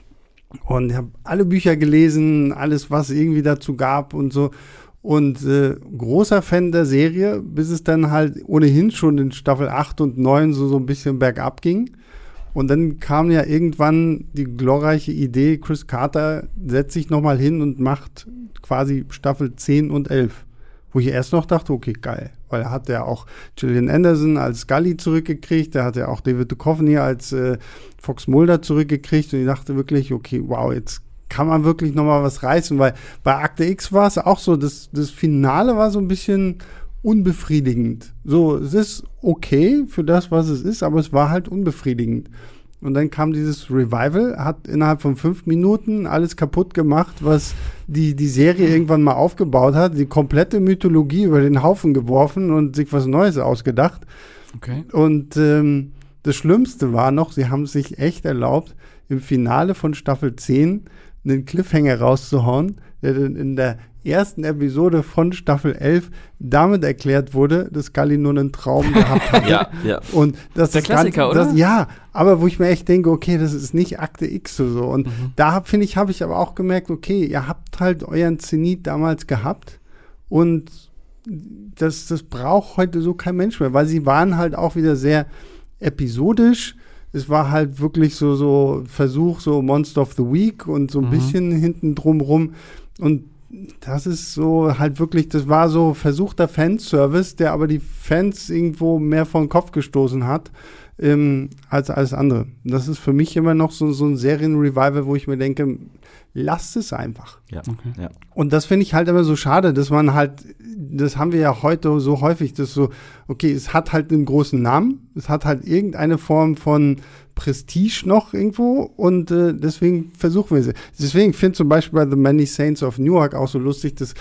A: Und ich habe alle Bücher gelesen, alles, was irgendwie dazu gab und so. Und großer Fan der Serie, bis es dann halt ohnehin schon in Staffel 8 und 9 so ein bisschen bergab ging. Und dann kam ja irgendwann die glorreiche Idee, Chris Carter setzt sich nochmal hin und macht quasi Staffel 10 und 11. Wo ich erst noch dachte, okay, geil. Weil er hat ja auch Gillian Anderson als Scully zurückgekriegt, er hat ja auch David Duchovny als Fox Mulder zurückgekriegt. Und ich dachte wirklich, okay, wow, jetzt kann man wirklich noch mal was reißen. Weil bei Akte X war es auch so, das Finale war so ein bisschen unbefriedigend. So, es ist okay für das, was es ist, aber es war halt unbefriedigend. Und dann kam dieses Revival, hat innerhalb von 5 Minuten alles kaputt gemacht, was die Serie irgendwann mal aufgebaut hat, die komplette Mythologie über den Haufen geworfen und sich was Neues ausgedacht.
C: Okay.
A: Und das Schlimmste war noch, sie haben sich echt erlaubt, im Finale von Staffel 10 einen Cliffhanger rauszuhauen, der dann in der ersten Episode von Staffel 11 damit erklärt wurde, dass Scully nur einen Traum gehabt hat.
B: Ja.
A: Und das
C: Der
A: ist
C: Klassiker, oder?
A: Ja, aber wo ich mir echt denke, okay, das ist nicht Akte X oder so. Und da habe ich aber auch gemerkt, okay, ihr habt halt euren Zenit damals gehabt und das braucht heute so kein Mensch mehr, weil sie waren halt auch wieder sehr episodisch. Es war halt wirklich so Versuch, so Monster of the Week und so ein bisschen hinten drumrum. Und das ist so halt wirklich, das war so versuchter Fanservice, der aber die Fans irgendwo mehr vor den Kopf gestoßen hat als alles andere. Das ist für mich immer noch so ein Serienrevival, wo ich mir denke, lasst es einfach.
B: Ja.
A: Und das finde ich halt immer so schade, dass man halt, das haben wir ja heute so häufig, dass so, okay, es hat halt einen großen Namen, es hat halt irgendeine Form von Prestige noch irgendwo und deswegen versuchen wir es. Deswegen finde ich zum Beispiel bei The Many Saints of Newark auch so lustig, dass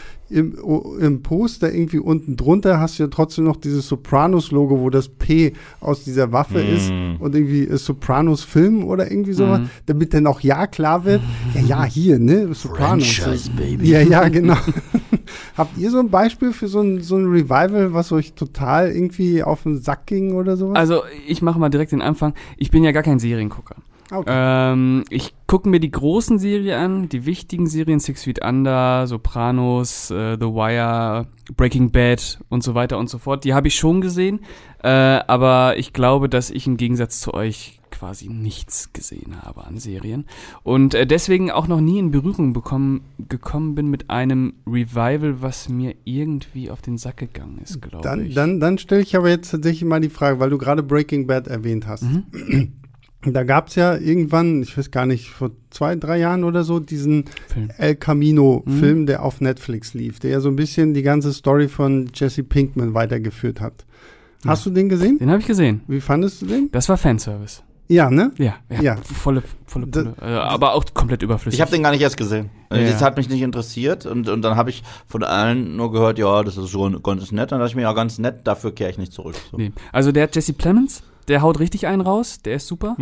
A: im Poster irgendwie unten drunter hast du ja trotzdem noch dieses Sopranos-Logo, wo das P aus dieser Waffe ist und irgendwie Sopranos-Film oder irgendwie sowas, damit dann auch klar wird, ja, hier, ne, Sopranos.
B: Franchise, baby.
A: Ja, genau. Habt ihr so ein Beispiel für so ein Revival, was euch total irgendwie auf den Sack ging oder sowas?
C: Also, ich mache mal direkt den Anfang. Ich bin ja gar kein Seriengucker.
A: Okay.
C: Ich gucke mir die großen Serien an, die wichtigen Serien, Six Feet Under, Sopranos, The Wire, Breaking Bad und so weiter und so fort. Die habe ich schon gesehen, aber ich glaube, dass ich im Gegensatz zu euch quasi nichts gesehen habe an Serien und deswegen auch noch nie in Berührung gekommen bin mit einem Revival, was mir irgendwie auf den Sack gegangen ist, glaube ich.
A: Dann stelle ich aber jetzt tatsächlich mal die Frage, weil du gerade Breaking Bad erwähnt hast. Da gab es ja irgendwann, ich weiß gar nicht, vor 2-3 Jahren oder so, diesen
C: Film.
A: El Camino-Film, der auf Netflix lief, der ja so ein bisschen die ganze Story von Jesse Pinkman weitergeführt hat. Hast du den gesehen?
C: Den habe ich gesehen.
A: Wie fandest du den?
C: Das war Fanservice.
A: Ja, ne?
C: Ja. Volle Pulle. Aber auch komplett überflüssig.
B: Ich habe den gar nicht erst gesehen.
C: Ja.
B: Das hat mich nicht interessiert und dann habe ich von allen nur gehört, ja, das ist schon ganz nett. Dann dachte ich mir, ja, ganz nett, dafür kehre ich nicht zurück. So.
C: Nee. Also der Jesse Plemons, der haut richtig einen raus, der ist super.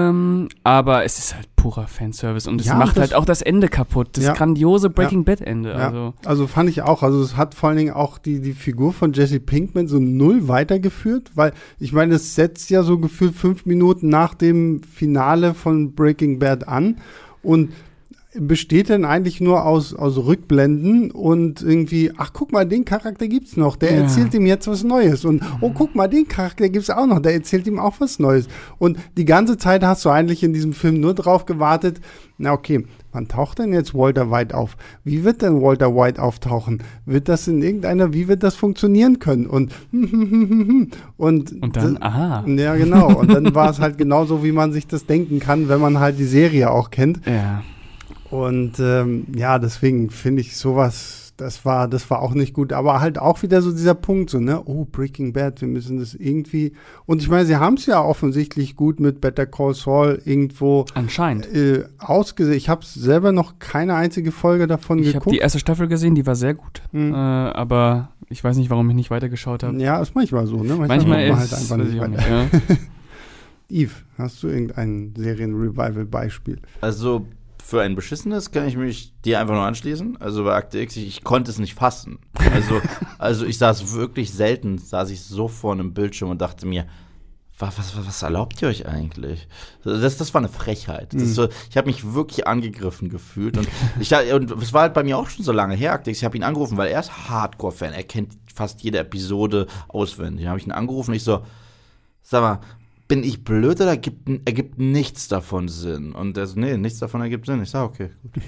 C: Aber es ist halt purer Fanservice und es macht halt auch das Ende kaputt. Das grandiose Breaking Bad Ende.
A: Ja. Also fand ich auch. Also es hat vor allen Dingen auch die Figur von Jesse Pinkman so null weitergeführt, weil ich meine, es setzt ja so gefühlt 5 Minuten nach dem Finale von Breaking Bad an und besteht denn eigentlich nur aus Rückblenden und irgendwie, ach, guck mal, den Charakter gibt's noch, der erzählt ihm jetzt was Neues und oh, guck mal, den Charakter gibt's auch noch, der erzählt ihm auch was Neues und die ganze Zeit hast du eigentlich in diesem Film nur drauf gewartet, na okay, wann taucht denn jetzt Walter White auf? Wie wird denn Walter White auftauchen? Wird das wie wird das funktionieren können? Und
C: dann, aha.
A: Ja, genau, und dann war es halt genauso, wie man sich das denken kann, wenn man halt die Serie auch kennt.
C: Ja.
A: Und deswegen finde ich sowas, das war auch nicht gut, aber halt auch wieder so dieser Punkt, so, ne, oh, Breaking Bad, wir müssen das irgendwie, und ich meine, sie haben es ja offensichtlich gut mit Better Call Saul irgendwo
C: anscheinend
A: ausgesehen. Ich habe selber noch keine einzige Folge davon geguckt.
C: Ich habe die erste Staffel gesehen, die war sehr gut, aber ich weiß nicht, warum ich nicht weitergeschaut habe.
A: Ja, ist manchmal so, ne?
C: Manchmal ist
A: halt einfach nicht weiter.
C: Nicht, ja.
A: Yves, hast du irgendein Serien-Revival-Beispiel?
B: Also für ein beschissenes kann ich mich dir einfach nur anschließen. Also bei Akte X, ich konnte es nicht fassen. Also ich saß wirklich selten, so vor einem Bildschirm und dachte mir, was erlaubt ihr euch eigentlich? Das war eine Frechheit. Ich habe mich wirklich angegriffen gefühlt. Und es war halt bei mir auch schon so lange her, Akte X. Ich habe ihn angerufen, weil er ist Hardcore-Fan. Er kennt fast jede Episode auswendig. Dann habe ich ihn angerufen und ich so, sag mal, bin ich blöd oder ergibt nichts davon Sinn? Und der so, nee, nichts davon ergibt Sinn. Ich sag, okay, gut.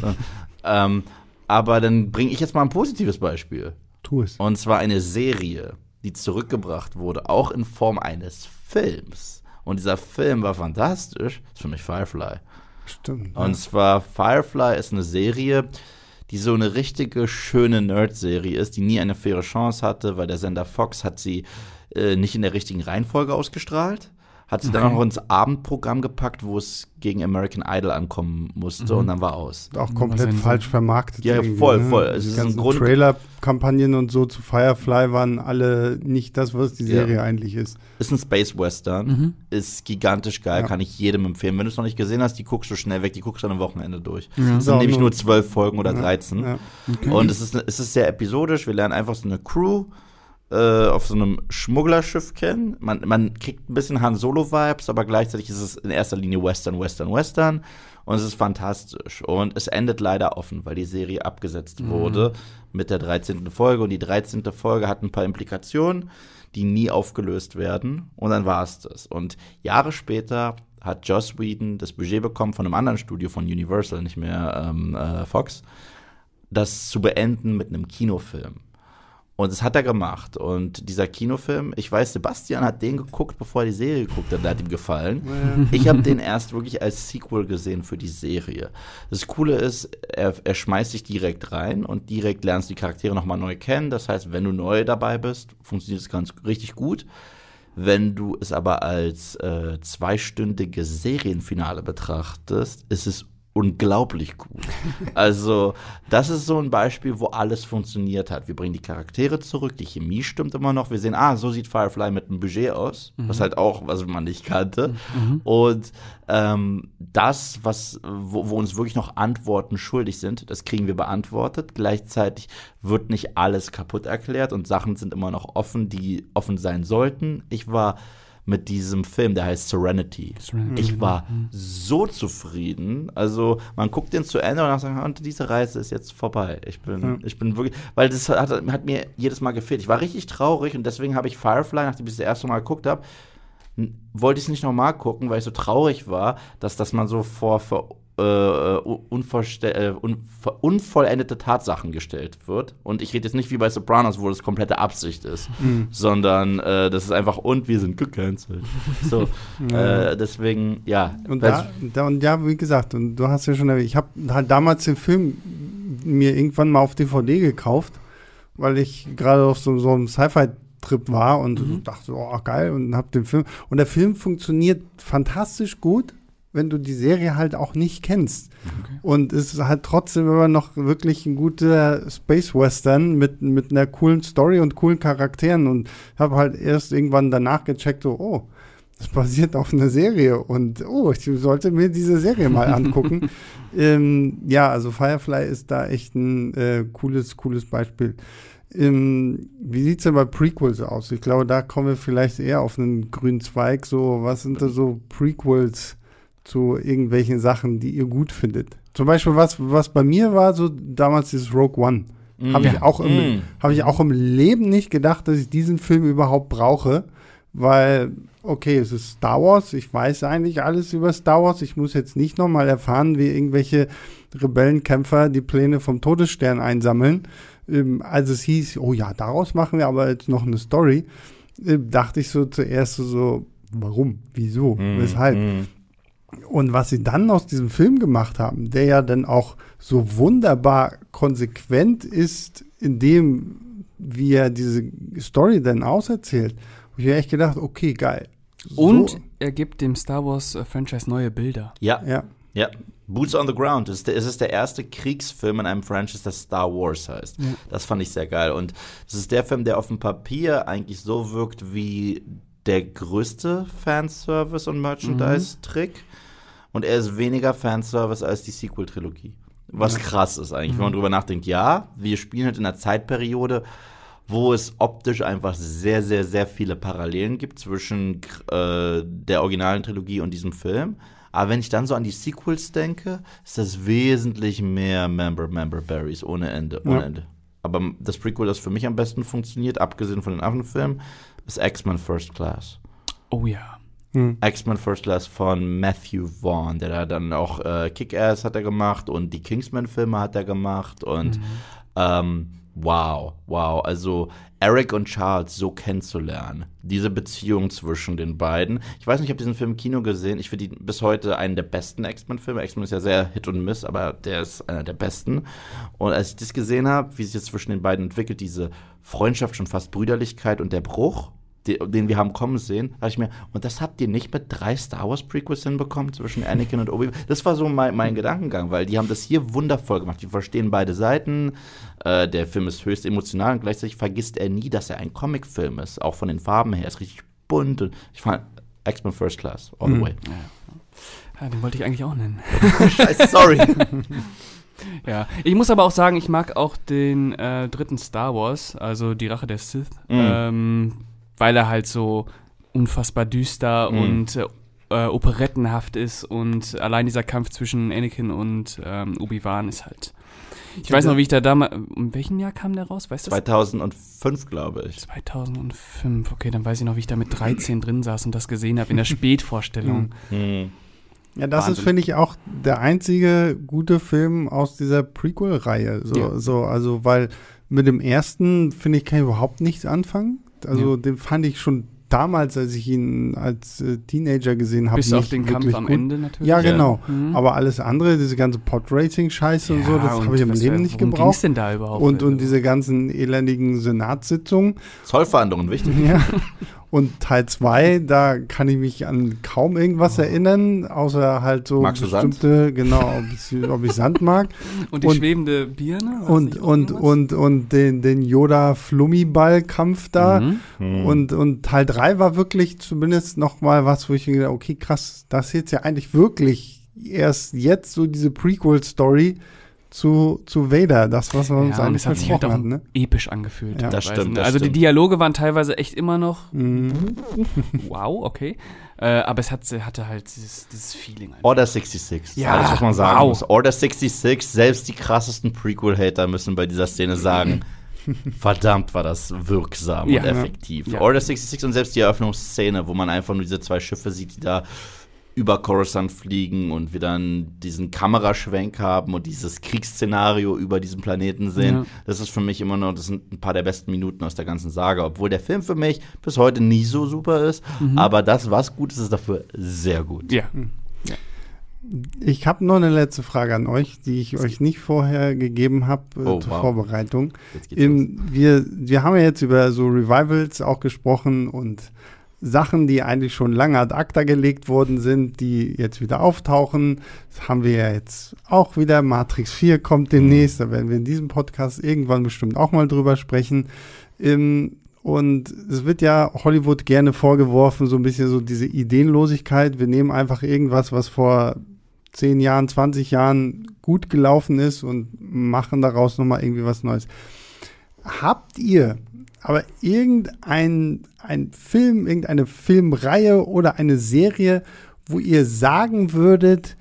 B: Aber dann bringe ich jetzt mal ein positives Beispiel.
A: Tu es.
B: Und zwar eine Serie, die zurückgebracht wurde, auch in Form eines Films. Und dieser Film war fantastisch. Das ist für mich Firefly.
A: Stimmt.
B: Und zwar Firefly ist eine Serie, die so eine richtige, schöne Nerd-Serie ist, die nie eine faire Chance hatte, weil der Sender Fox hat sie nicht in der richtigen Reihenfolge ausgestrahlt. hat sie dann auch noch ins Abendprogramm gepackt, wo es gegen American Idol ankommen musste und dann war aus.
A: Auch komplett falsch vermarktet.
B: Ja, voll. Also
A: die ganzen Trailer-Kampagnen und so zu Firefly waren alle nicht das, was die Serie eigentlich ist.
B: Ist ein Space-Western, ist gigantisch geil, kann ich jedem empfehlen. Wenn du es noch nicht gesehen hast, die guckst du schnell weg, die guckst du dann am Wochenende durch. Es sind nämlich nur 12 Folgen oder 13. Ja. Okay. Und es ist sehr episodisch, wir lernen einfach so eine Crew auf so einem Schmugglerschiff kennen. Man kriegt ein bisschen Han Solo-Vibes, aber gleichzeitig ist es in erster Linie Western. Und es ist fantastisch. Und es endet leider offen, weil die Serie abgesetzt wurde mit der 13. Folge. Und die 13. Folge hat ein paar Implikationen, die nie aufgelöst werden. Und dann war es das. Und Jahre später hat Joss Whedon das Budget bekommen von einem anderen Studio von Universal, nicht mehr Fox, das zu beenden mit einem Kinofilm. Und das hat er gemacht. Und dieser Kinofilm, ich weiß, Sebastian hat den geguckt, bevor er die Serie geguckt hat. Der hat ihm gefallen. Ja. Ich habe den erst wirklich als Sequel gesehen für die Serie. Das Coole ist, er schmeißt dich direkt rein und direkt lernst du die Charaktere nochmal neu kennen. Das heißt, wenn du neu dabei bist, funktioniert es ganz richtig gut. Wenn du es aber als 2-stündige Serienfinale betrachtest, ist es unglaublich gut. Also, das ist so ein Beispiel, wo alles funktioniert hat. Wir bringen die Charaktere zurück, die Chemie stimmt immer noch. Wir sehen, so sieht Firefly mit einem Budget aus, was halt auch, was man nicht kannte. Und das, wo uns wirklich noch Antworten schuldig sind, das kriegen wir beantwortet. Gleichzeitig wird nicht alles kaputt erklärt und Sachen sind immer noch offen, die offen sein sollten. Ich war mit diesem Film, der heißt Serenity. Ich war so zufrieden. Also, man guckt den zu Ende und dann sagt, diese Reise ist jetzt vorbei. Ich bin wirklich, weil das hat mir jedes Mal gefehlt. Ich war richtig traurig und deswegen habe ich Firefly, nachdem ich das erste Mal geguckt habe, wollte ich es nicht nochmal gucken, weil ich so traurig war, dass man so vor unvollendete Tatsachen gestellt wird. Und ich rede jetzt nicht wie bei Sopranos, wo das komplette Absicht ist, sondern das ist einfach, und wir sind gecancelt. So, deswegen, ja.
A: Und wie gesagt, und du hast ja schon erwähnt, ich habe halt damals den Film mir irgendwann mal auf DVD gekauft, weil ich gerade auf so einem Sci-Fi-Trip war und dachte, geil, und hab den Film. Und der Film funktioniert fantastisch gut, wenn du die Serie halt auch nicht kennst. Okay. Und es ist halt trotzdem immer noch wirklich ein guter Space-Western mit einer coolen Story und coolen Charakteren. Und habe halt erst irgendwann danach gecheckt, das basiert auf einer Serie. Und ich sollte mir diese Serie mal angucken. Also Firefly ist da echt ein cooles Beispiel. Wie sieht es denn bei Prequels aus? Ich glaube, da kommen wir vielleicht eher auf einen grünen Zweig. So, was sind da so Prequels zu irgendwelchen Sachen, die ihr gut findet? Zum Beispiel, was bei mir war, so damals dieses Rogue One. Habe ich auch im Leben nicht gedacht, dass ich diesen Film überhaupt brauche, weil, okay, es ist Star Wars, ich weiß eigentlich alles über Star Wars, ich muss jetzt nicht nochmal erfahren, wie irgendwelche Rebellenkämpfer die Pläne vom Todesstern einsammeln. Als es hieß, daraus machen wir aber jetzt noch eine Story, dachte ich so zuerst so, warum, wieso, weshalb? Und was sie dann aus diesem Film gemacht haben, der ja dann auch so wunderbar konsequent ist, in dem, wie er diese Story dann auserzählt, habe ich mir echt gedacht, okay, geil.
C: Und er gibt dem Star Wars-Franchise neue Bilder.
B: Ja. Boots on the Ground. Es ist der erste Kriegsfilm in einem Franchise, das Star Wars heißt. Ja. Das fand ich sehr geil. Und es ist der Film, der auf dem Papier eigentlich so wirkt wie der größte Fanservice- und Merchandise-Trick. Und er ist weniger Fanservice als die Sequel-Trilogie. Was krass ist eigentlich, wenn man drüber nachdenkt. Ja, wir spielen halt in einer Zeitperiode, wo es optisch einfach sehr, sehr, sehr viele Parallelen gibt zwischen der originalen Trilogie und diesem Film. Aber wenn ich dann so an die Sequels denke, ist das wesentlich mehr Member Berries ohne Ende. Aber das Prequel, das für mich am besten funktioniert, abgesehen von den Affenfilmen, ist X-Men First Class.
C: Oh ja.
B: X-Men First Class von Matthew Vaughn, der da dann auch Kick-Ass hat er gemacht und die Kingsman-Filme hat er gemacht und wow, also Eric und Charles so kennenzulernen, diese Beziehung zwischen den beiden. Ich weiß nicht, ich habe diesen Film im Kino gesehen, ich finde ihn bis heute einen der besten X-Men-Filme. X-Men ist ja sehr Hit und Miss, aber der ist einer der besten. Und als ich das gesehen habe, wie sich jetzt zwischen den beiden entwickelt, diese Freundschaft, schon fast Brüderlichkeit und der Bruch, den wir haben kommen sehen, dachte ich mir, und das habt ihr nicht mit 3 Star Wars Prequels hinbekommen zwischen Anakin und Obi-Wan? Das war so mein Gedankengang, weil die haben das hier wundervoll gemacht. Die verstehen beide Seiten. Der Film ist höchst emotional und gleichzeitig vergisst er nie, dass er ein Comicfilm ist. Auch von den Farben her. Ist richtig bunt. Und ich fand X-Men First Class, all the way.
C: Ja, den wollte ich eigentlich auch nennen.
B: Scheiße, sorry.
C: Ja, ich muss aber auch sagen, ich mag auch den 3. Star Wars, also die Rache der Sith, weil er halt so unfassbar düster und operettenhaft ist und allein dieser Kampf zwischen Anakin und Obi-Wan ist halt. Ich weiß noch, wie ich da damals. In welchem Jahr kam der raus? Weißt du das?
B: 2005, glaube ich.
C: 2005, okay, dann weiß ich noch, wie ich da mit 13 drin saß und das gesehen habe in der Spätvorstellung.
A: Ja, das ist, finde ich, auch der einzige gute Film aus dieser Prequel-Reihe. Also, weil mit dem ersten, finde ich, kann ich überhaupt nichts anfangen. Also, den fand ich schon damals, als ich ihn als Teenager gesehen habe,
C: bis auf den Kampf am Ende natürlich.
A: Ja, genau. Aber alles andere, diese ganze Pod-Racing-Scheiße und so, das habe ich im Leben nicht gebraucht.
C: Worum ging's denn da überhaupt?
A: Und diese ganzen elendigen Senatssitzungen.
B: Zollverhandlungen, wichtig.
A: Ja. Und Teil 2, da kann ich mich an kaum irgendwas erinnern, außer halt so
B: Magst
A: bestimmte,
B: du Sand?
A: Genau, ob ich Sand mag.
C: Und die schwebende Birne?
A: Und den Yoda-Flummiball-Kampf da. Und Teil 3 war wirklich zumindest noch mal was, wo ich mir gedacht, okay, krass, das ist jetzt ja eigentlich wirklich erst jetzt so diese Prequel-Story zu Vader, das, was man uns eigentlich
C: es hat sich halt auch
A: ne?
C: episch angefühlt.
B: Ja. Das stimmt.
C: Also die Dialoge waren teilweise echt immer noch wow, okay. Aber es hatte halt dieses Feeling. Einfach.
B: Order 66.
C: Ja,
B: alles, was man sagen muss. Order 66, selbst die krassesten Prequel-Hater müssen bei dieser Szene sagen, verdammt war das wirksam und effektiv.
C: Ja.
B: Order 66 und selbst die Eröffnungsszene, wo man einfach nur diese 2 Schiffe sieht, die da über Coruscant fliegen und wir dann diesen Kameraschwenk haben und dieses Kriegsszenario über diesem Planeten sehen. Ja. Das ist für mich immer noch, das sind ein paar der besten Minuten aus der ganzen Saga, obwohl der Film für mich bis heute nie so super ist, aber das, was gut ist, ist dafür sehr gut.
C: Ja.
A: Ich habe noch eine letzte Frage an euch, die ich euch nicht vorher gegeben habe zur Vorbereitung. Wir haben ja jetzt über so Revivals auch gesprochen und Sachen, die eigentlich schon lange ad acta gelegt worden sind, die jetzt wieder auftauchen. Das haben wir ja jetzt auch wieder. Matrix 4 kommt demnächst. Da werden wir in diesem Podcast irgendwann bestimmt auch mal drüber sprechen. Und es wird ja Hollywood gerne vorgeworfen, so ein bisschen so diese Ideenlosigkeit. Wir nehmen einfach irgendwas, was vor 10 Jahren, 20 Jahren gut gelaufen ist und machen daraus nochmal irgendwie was Neues. Habt ihr aber irgendein Film, irgendeine Filmreihe oder eine Serie, wo ihr sagen würdet,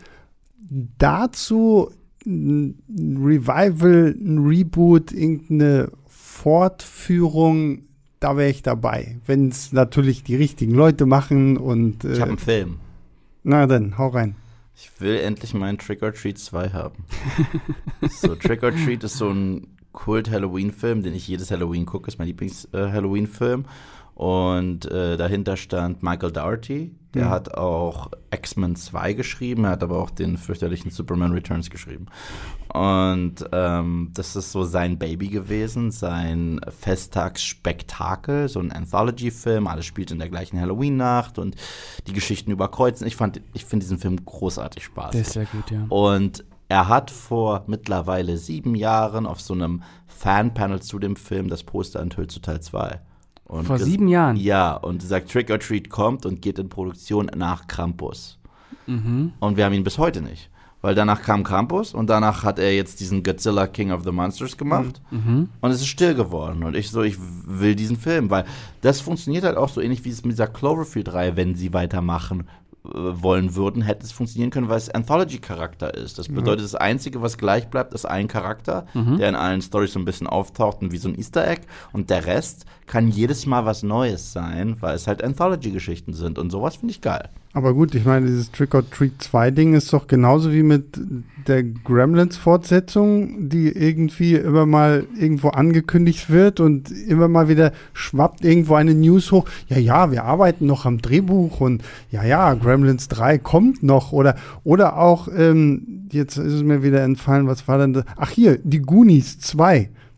A: dazu ein Revival, ein Reboot, irgendeine Fortführung, da wäre ich dabei. Wenn es natürlich die richtigen Leute machen und
B: ich habe einen Film.
A: Na dann, hau rein.
B: Ich will endlich meinen Trick or Treat 2 haben. So, Trick or Treat ist so ein Kult-Halloween-Film, den ich jedes Halloween gucke, ist mein Lieblings-Halloween-Film. Und dahinter stand Michael Dougherty, der hat auch X-Men 2 geschrieben, er hat aber auch den fürchterlichen Superman Returns geschrieben. Und das ist so sein Baby gewesen, sein Festtagsspektakel, so ein Anthology-Film, alles spielt in der gleichen Halloween-Nacht und die Geschichten überkreuzen. Ich finde diesen Film großartig spaßig.
C: Der ist sehr gut, ja.
B: Und er hat vor mittlerweile 7 Jahren auf so einem Fan-Panel zu dem Film das Poster enthüllt zu Teil 2. Und
C: vor 7 Jahren?
B: Ja, und sagt, Trick or Treat kommt und geht in Produktion nach Krampus. Und wir haben ihn bis heute nicht. Weil danach kam Krampus und danach hat er jetzt diesen Godzilla King of the Monsters gemacht. Und es ist still geworden. Und ich will diesen Film, weil das funktioniert halt auch so ähnlich wie es mit dieser Cloverfield-Reihe, wenn sie weitermachen wollen würden, hätte es funktionieren können, weil es Anthology-Charakter ist. Das bedeutet, das Einzige, was gleich bleibt, ist ein Charakter, der in allen Storys so ein bisschen auftaucht und wie so ein Easter Egg. Und der Rest kann jedes Mal was Neues sein, weil es halt Anthology-Geschichten sind. Und sowas finde ich geil.
A: Aber gut, ich meine, dieses Trick or Treat 2-Ding ist doch genauso wie mit der Gremlins-Fortsetzung, die irgendwie immer mal irgendwo angekündigt wird und immer mal wieder schwappt irgendwo eine News hoch. Ja, wir arbeiten noch am Drehbuch und ja, Gremlins 3 kommt noch. Oder auch, jetzt ist es mir wieder entfallen, was war denn das? Ach hier, die Goonies 2.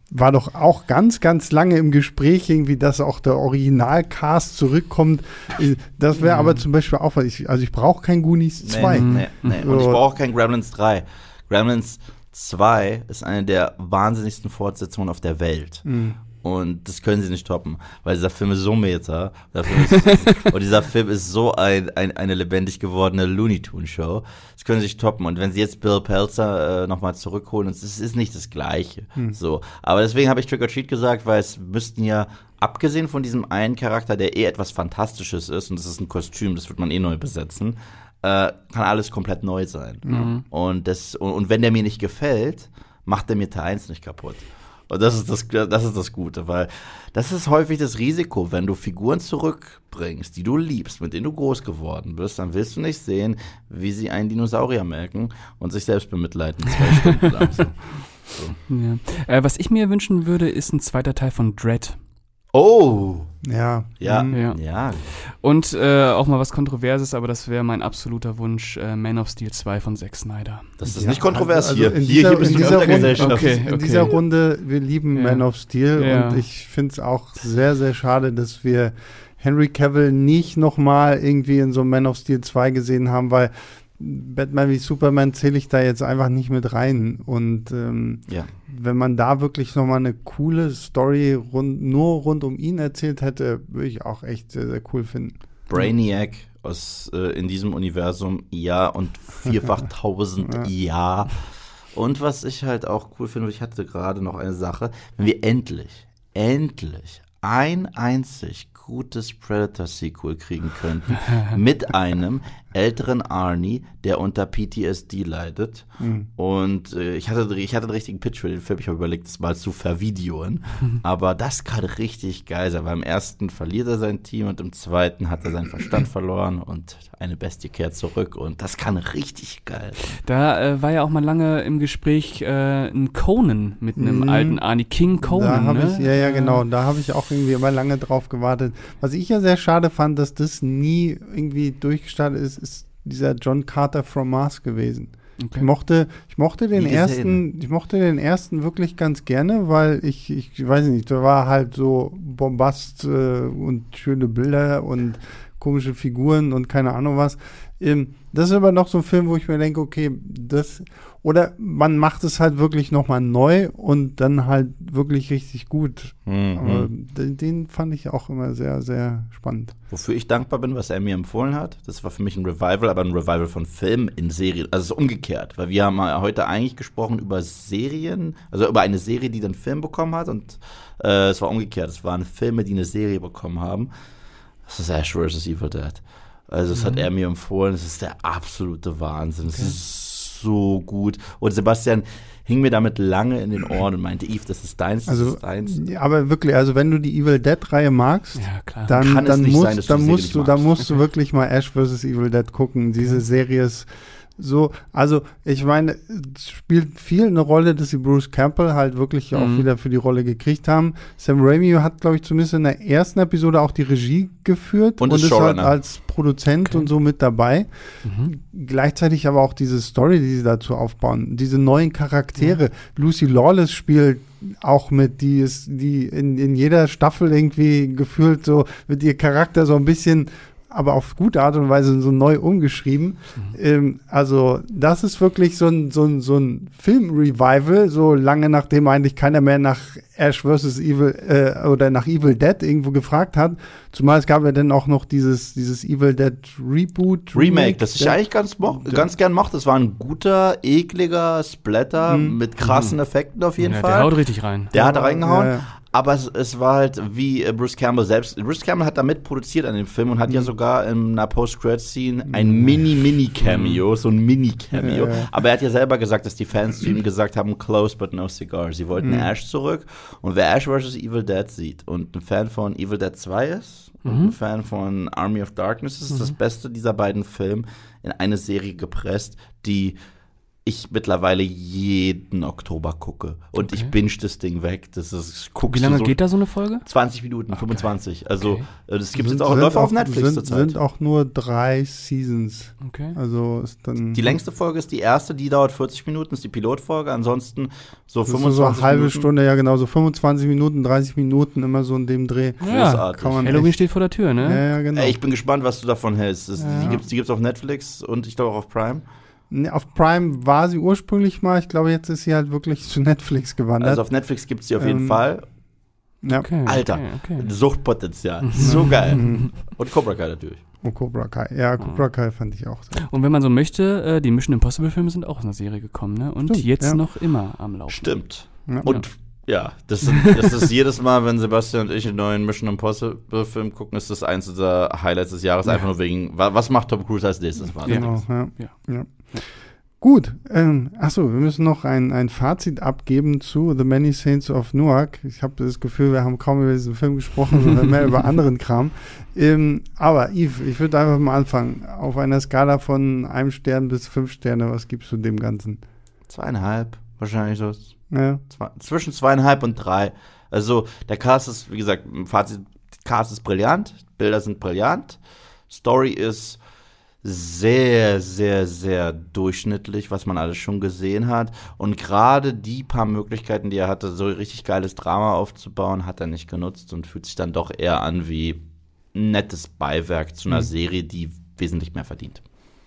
A: war doch auch ganz, ganz lange im Gespräch irgendwie, dass auch der Originalcast zurückkommt. Das wäre aber zum Beispiel auch, ich brauche kein Goonies 2.
B: Nee. Und ich brauche auch kein Gremlins 3. Gremlins 2 ist eine der wahnsinnigsten Fortsetzungen auf der Welt. Und das können sie nicht toppen, weil dieser Film ist so meta. Und dieser Film ist so eine lebendig gewordene Looney Tunes Show. Das können sie nicht toppen. Und wenn sie jetzt Bill Pelzer nochmal zurückholen, es ist nicht das Gleiche. So. Aber deswegen habe ich Trick or Treat gesagt, weil es müssten ja, abgesehen von diesem einen Charakter, der etwas Fantastisches ist, und das ist ein Kostüm, das wird man neu besetzen, kann alles komplett neu sein. Und wenn der mir nicht gefällt, macht der mir Teil 1 nicht kaputt. Und das ist das Gute, weil das ist häufig das Risiko, wenn du Figuren zurückbringst, die du liebst, mit denen du groß geworden bist, dann willst du nicht sehen, wie sie einen Dinosaurier melken und sich selbst bemitleiden 2 Stunden lang. So.
C: Ja. Was ich mir wünschen würde, ist ein zweiter Teil von Dredd.
B: Oh!
A: Ja.
C: Und auch mal was Kontroverses, aber das wäre mein absoluter Wunsch, Man of Steel 2 von Zack Snyder.
B: Das ist nicht kontrovers
A: also
B: hier.
A: In
B: Hier bist du
A: dieser
B: in der Gesellschaft.
C: Okay.
A: In dieser Runde, wir lieben Man of Steel
C: Ja.
A: und ich finde es auch sehr, sehr schade, dass wir Henry Cavill nicht nochmal irgendwie in so Man of Steel 2 gesehen haben, weil Batman wie Superman zähle ich da jetzt einfach nicht mit rein. Und wenn man da wirklich nochmal eine coole Story nur rund um ihn erzählt hätte, würde ich auch echt sehr, sehr cool finden.
B: Brainiac in diesem Universum, ja, und 4.000 ja. Und was ich halt auch cool finde, ich hatte gerade noch eine Sache, wenn wir endlich ein einzig gutes Predator-Sequel kriegen könnten, mit einem älteren Arnie, der unter PTSD leidet. Und ich hatte einen richtigen Pitch für den Film. Ich habe überlegt, das mal zu vervideoen. Aber das kann richtig geil sein, weil im ersten verliert er sein Team und im zweiten hat er seinen Verstand verloren und eine Bestie kehrt zurück. Und das kann richtig geil sein.
C: Da war ja auch mal lange im Gespräch ein Conan mit einem alten Arnie, King Conan.
A: Genau. Da habe ich auch irgendwie immer lange drauf gewartet. Was ich ja sehr schade fand, dass das nie irgendwie durchgestartet ist dieser John Carter from Mars gewesen. Okay. Ich mochte den ersten wirklich ganz gerne, weil ich weiß nicht, da war halt so Bombast und schöne Bilder und komische Figuren und keine Ahnung was. Das ist aber noch so ein Film, wo ich mir denke, okay, oder man macht es halt wirklich nochmal neu und dann halt wirklich richtig gut. Aber den fand ich auch immer sehr, sehr spannend.
B: Wofür ich dankbar bin, was er mir empfohlen hat, das war für mich ein Revival, aber ein Revival von Filmen in Serien. Also es ist umgekehrt, weil wir haben heute eigentlich gesprochen über Serien, also über eine Serie, die dann Film bekommen hat und es war umgekehrt. Es waren Filme, die eine Serie bekommen haben. Das ist Ash vs. Evil Dead. Also das hat er mir empfohlen, es ist der absolute Wahnsinn. Es ist so gut. Und Sebastian hing mir damit lange in den Ohren und meinte, Yves, das ist deins, das ist deins.
A: Ja, aber wirklich, also wenn du die Evil Dead-Reihe magst, dann musst du wirklich mal Ash vs. Evil Dead gucken. Diese Serie ist so, also ich meine, es spielt viel eine Rolle, dass sie Bruce Campbell halt wirklich auch wieder für die Rolle gekriegt haben. Sam Raimi hat, glaube ich, zumindest in der ersten Episode auch die Regie geführt und ist halt als Produzent und so mit dabei. Gleichzeitig aber auch diese Story, die sie dazu aufbauen, diese neuen Charaktere. Lucy Lawless spielt auch mit, die in jeder Staffel irgendwie gefühlt so, wird ihr Charakter so ein bisschen, aber auf gute Art und Weise so neu umgeschrieben. Also das ist wirklich so ein Film-Revival, so lange nachdem eigentlich keiner mehr nach Ash vs. Evil oder nach Evil Dead irgendwo gefragt hat. Zumal es gab ja dann auch noch dieses Evil Dead Remake,
B: das ich eigentlich ganz gern mochte. Das war ein guter, ekliger Splatter mit krassen Effekten auf jeden Fall.
C: Der haut richtig rein.
B: Der hat reingehauen. Ja. Aber es war halt wie Bruce Campbell selbst. Bruce Campbell hat da mitproduziert an dem Film und hat ja sogar in einer Post-Credit-Scene ein Mini-Cameo, so ein Mini-Cameo. Aber er hat ja selber gesagt, dass die Fans zu ihm gesagt haben, close but no cigar. Sie wollten Ash zurück. Und wer Ash vs. Evil Dead sieht und ein Fan von Evil Dead 2 ist und ein Fan von Army of Darkness ist das Beste dieser beiden Filme in eine Serie gepresst, die ich mittlerweile jeden Oktober gucke. Und ich binge das Ding weg.
C: Wie lange geht da so eine Folge?
B: 20 Minuten, 25. Also, das gibt es
A: Sind-
B: jetzt auch,
A: sind
B: läuft auch
A: auch-
B: auf Netflix
A: sind
B: zurzeit.
A: auch nur 3 Seasons.
C: Okay.
A: Also ist dann
B: Die längste Folge ist die erste, die dauert 40 Minuten, ist die Pilotfolge. Ansonsten so
A: das ist
B: 25
A: so eine halbe
B: Minuten.
A: Stunde, ja genau, so 25 Minuten, 30 Minuten, immer so in dem Dreh.
C: Ja,
B: Großartig.
A: kann man
C: Halloween
A: echt-
C: steht vor der Tür, ne?
A: Ja, genau.
B: Ey, ich bin gespannt, was du davon hältst.
C: Ja.
B: Die gibt's auf Netflix und ich glaube auch auf Prime.
A: Nee, auf Prime war sie ursprünglich mal, ich glaube, jetzt ist sie halt wirklich zu Netflix gewandert.
B: Also auf Netflix gibt's die auf jeden
A: Ähm,
B: Fall.
A: ja.
C: Okay,
B: Alter,
C: okay.
B: Suchtpotenzial. So geil. Und Cobra Kai natürlich.
A: Und Cobra Kai. Ja, Cobra Kai fand ich auch so.
C: Und wenn man so möchte, die Mission Impossible Filme sind auch aus einer Serie gekommen, ne? Und
A: Stimmt,
C: jetzt
A: ja.
C: noch immer am Laufen.
B: Stimmt.
A: Ja.
B: Und ja, das ist jedes Mal, wenn Sebastian und ich einen neuen Mission Impossible Film gucken, ist das eins der Highlights des Jahres. Einfach nur wegen, was macht Tom Cruise als nächstes? War
A: Genau, ja.
C: Ja.
A: Gut, achso, wir müssen noch ein Fazit abgeben zu The Many Saints of Newark. Ich habe das Gefühl, wir haben kaum über diesen Film gesprochen, sondern mehr über anderen Kram. Aber Yves, ich würde einfach mal anfangen. Auf einer Skala von 1 Stern bis 5 Sterne, was gibst du dem Ganzen?
B: 2,5, wahrscheinlich so.
A: Ja.
B: Zwischen 2,5 und 3. Also der Cast ist, wie gesagt, Fazit, Cast ist brillant, Bilder sind brillant, Story ist sehr, sehr, sehr durchschnittlich, was man alles schon gesehen hat. Und gerade die paar Möglichkeiten, die er hatte, so richtig geiles Drama aufzubauen, hat er nicht genutzt und fühlt sich dann doch eher an wie ein nettes Beiwerk zu einer Serie, die wesentlich mehr verdient.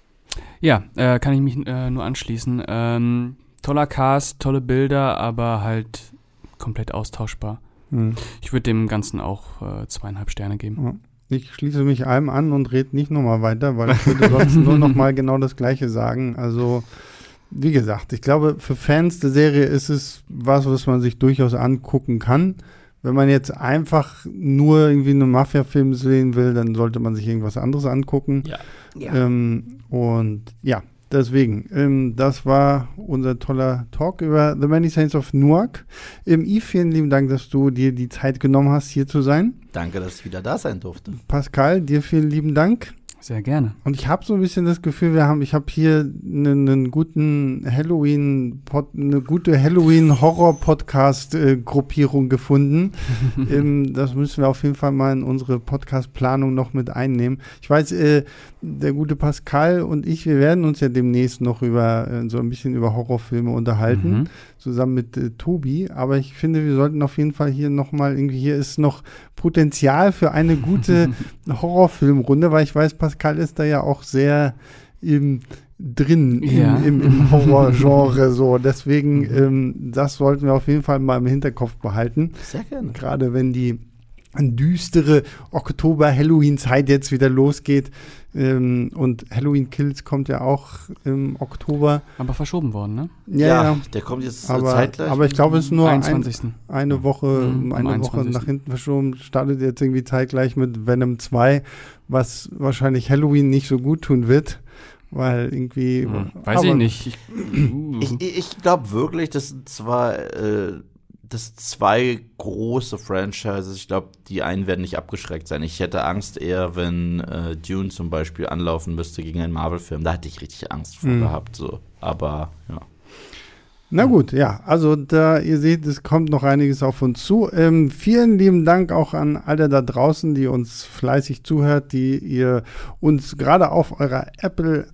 C: Ja, kann ich mich nur anschließen. Toller Cast, tolle Bilder, aber halt komplett austauschbar. Ich würde dem Ganzen auch 2,5 Sterne geben.
A: Ja. Ich schließe mich allem an und rede nicht nochmal weiter, weil ich würde sonst nur nochmal genau das Gleiche sagen. Also, wie gesagt, ich glaube, für Fans der Serie ist es was man sich durchaus angucken kann. Wenn man jetzt einfach nur irgendwie einen Mafia-Film sehen will, dann sollte man sich irgendwas anderes angucken.
B: Ja.
A: Und ja, deswegen, das war unser toller Talk über The Many Saints of Newark. Yves, vielen lieben Dank, dass du dir die Zeit genommen hast, hier zu sein.
B: Danke, dass ich wieder da sein durfte.
A: Pascal, dir vielen lieben Dank.
C: Sehr gerne.
A: Und ich habe so ein bisschen das Gefühl, ich habe hier eine gute Halloween-Horror-Podcast-Gruppierung gefunden. Das müssen wir auf jeden Fall mal in unsere Podcast-Planung noch mit einnehmen. Ich weiß, der gute Pascal und ich, wir werden uns ja demnächst noch so ein bisschen über Horrorfilme unterhalten, zusammen mit Tobi. Aber ich finde, wir sollten auf jeden Fall hier hier ist noch Potenzial für eine gute Horrorfilmrunde, weil ich weiß, Pascal ist da ja auch sehr drin im Horrorgenre. So. Deswegen, das sollten wir auf jeden Fall mal im Hinterkopf behalten.
B: Sehr gerne.
A: Gerade wenn die düstere Oktober-Halloween-Zeit jetzt wieder losgeht. Und Halloween Kills kommt ja auch im Oktober.
C: Aber verschoben worden, ne?
A: Ja.
B: Der kommt jetzt
A: Aber ich glaube, es ist nur
C: 21.
A: eine Woche
C: am
A: Woche
C: 21..
A: nach hinten verschoben. Startet jetzt irgendwie zeitgleich mit Venom 2, was wahrscheinlich Halloween nicht so gut tun wird. Weil irgendwie.
C: Weiß ich nicht.
B: Ich glaube wirklich, das sind zwei große Franchises. Ich glaube, die einen werden nicht abgeschreckt sein. Ich hätte Angst eher, wenn Dune zum Beispiel anlaufen müsste gegen einen Marvel-Film. Da hätte ich richtig Angst vor gehabt. So. Aber ja.
A: Na gut, ja, also ihr seht, es kommt noch einiges auf uns zu. Vielen lieben Dank auch an alle da draußen, die uns fleißig zuhört, die ihr uns gerade auf eurer Apple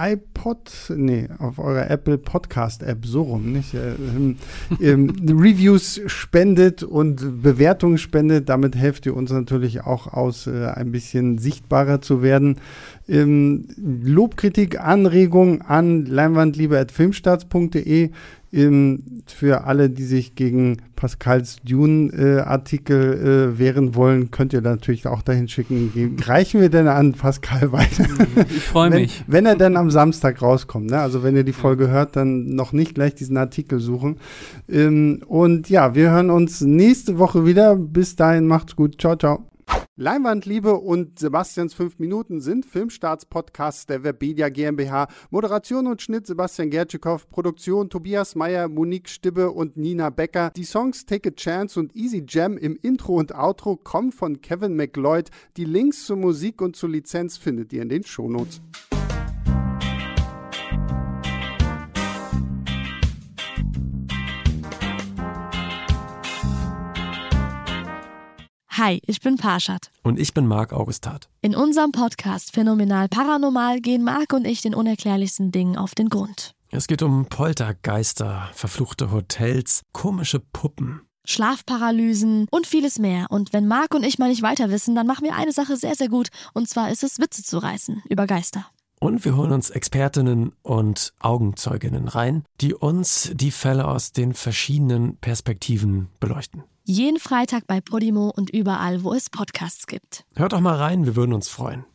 A: Podcast App, so rum, nicht? Reviews spendet und Bewertungen spendet. Damit helft ihr uns natürlich auch aus, ein bisschen sichtbarer zu werden. Lobkritik, Anregung an leinwandliebe@filmstarts.de. Für alle, die sich gegen Pascals Dune-Artikel wehren wollen, könnt ihr natürlich auch dahin schicken. Reichen wir denn an Pascal weiter?
C: Ich freue mich.
A: Wenn er dann am Samstag rauskommt, ne? Also wenn ihr die Folge hört, dann noch nicht gleich diesen Artikel suchen. Und ja, wir hören uns nächste Woche wieder. Bis dahin, macht's gut. Ciao, ciao. Leinwandliebe und Sebastians 5 Minuten sind Filmstarts-Podcasts der Webedia GmbH. Moderation und Schnitt Sebastian Gertschikow, Produktion Tobias Meyer, Monique Stibbe und Nina Becker. Die Songs Take a Chance und Easy Jam im Intro und Outro kommen von Kevin MacLeod. Die Links zur Musik und zur Lizenz findet ihr in den Shownotes.
D: Hi, ich bin Parshad.
E: Und ich bin Marc Augustat.
D: In unserem Podcast Phänomenal Paranormal gehen Marc und ich den unerklärlichsten Dingen auf den Grund.
E: Es geht um Poltergeister, verfluchte Hotels, komische Puppen,
D: Schlafparalysen und vieles mehr. Und wenn Marc und ich mal nicht weiter wissen, dann machen wir eine Sache sehr, sehr gut. Und zwar ist es, Witze zu reißen über Geister.
E: Und wir holen uns Expertinnen und Augenzeuginnen rein, die uns die Fälle aus den verschiedenen Perspektiven beleuchten.
D: Jeden Freitag bei Podimo und überall, wo es Podcasts gibt.
E: Hört doch mal rein, wir würden uns freuen.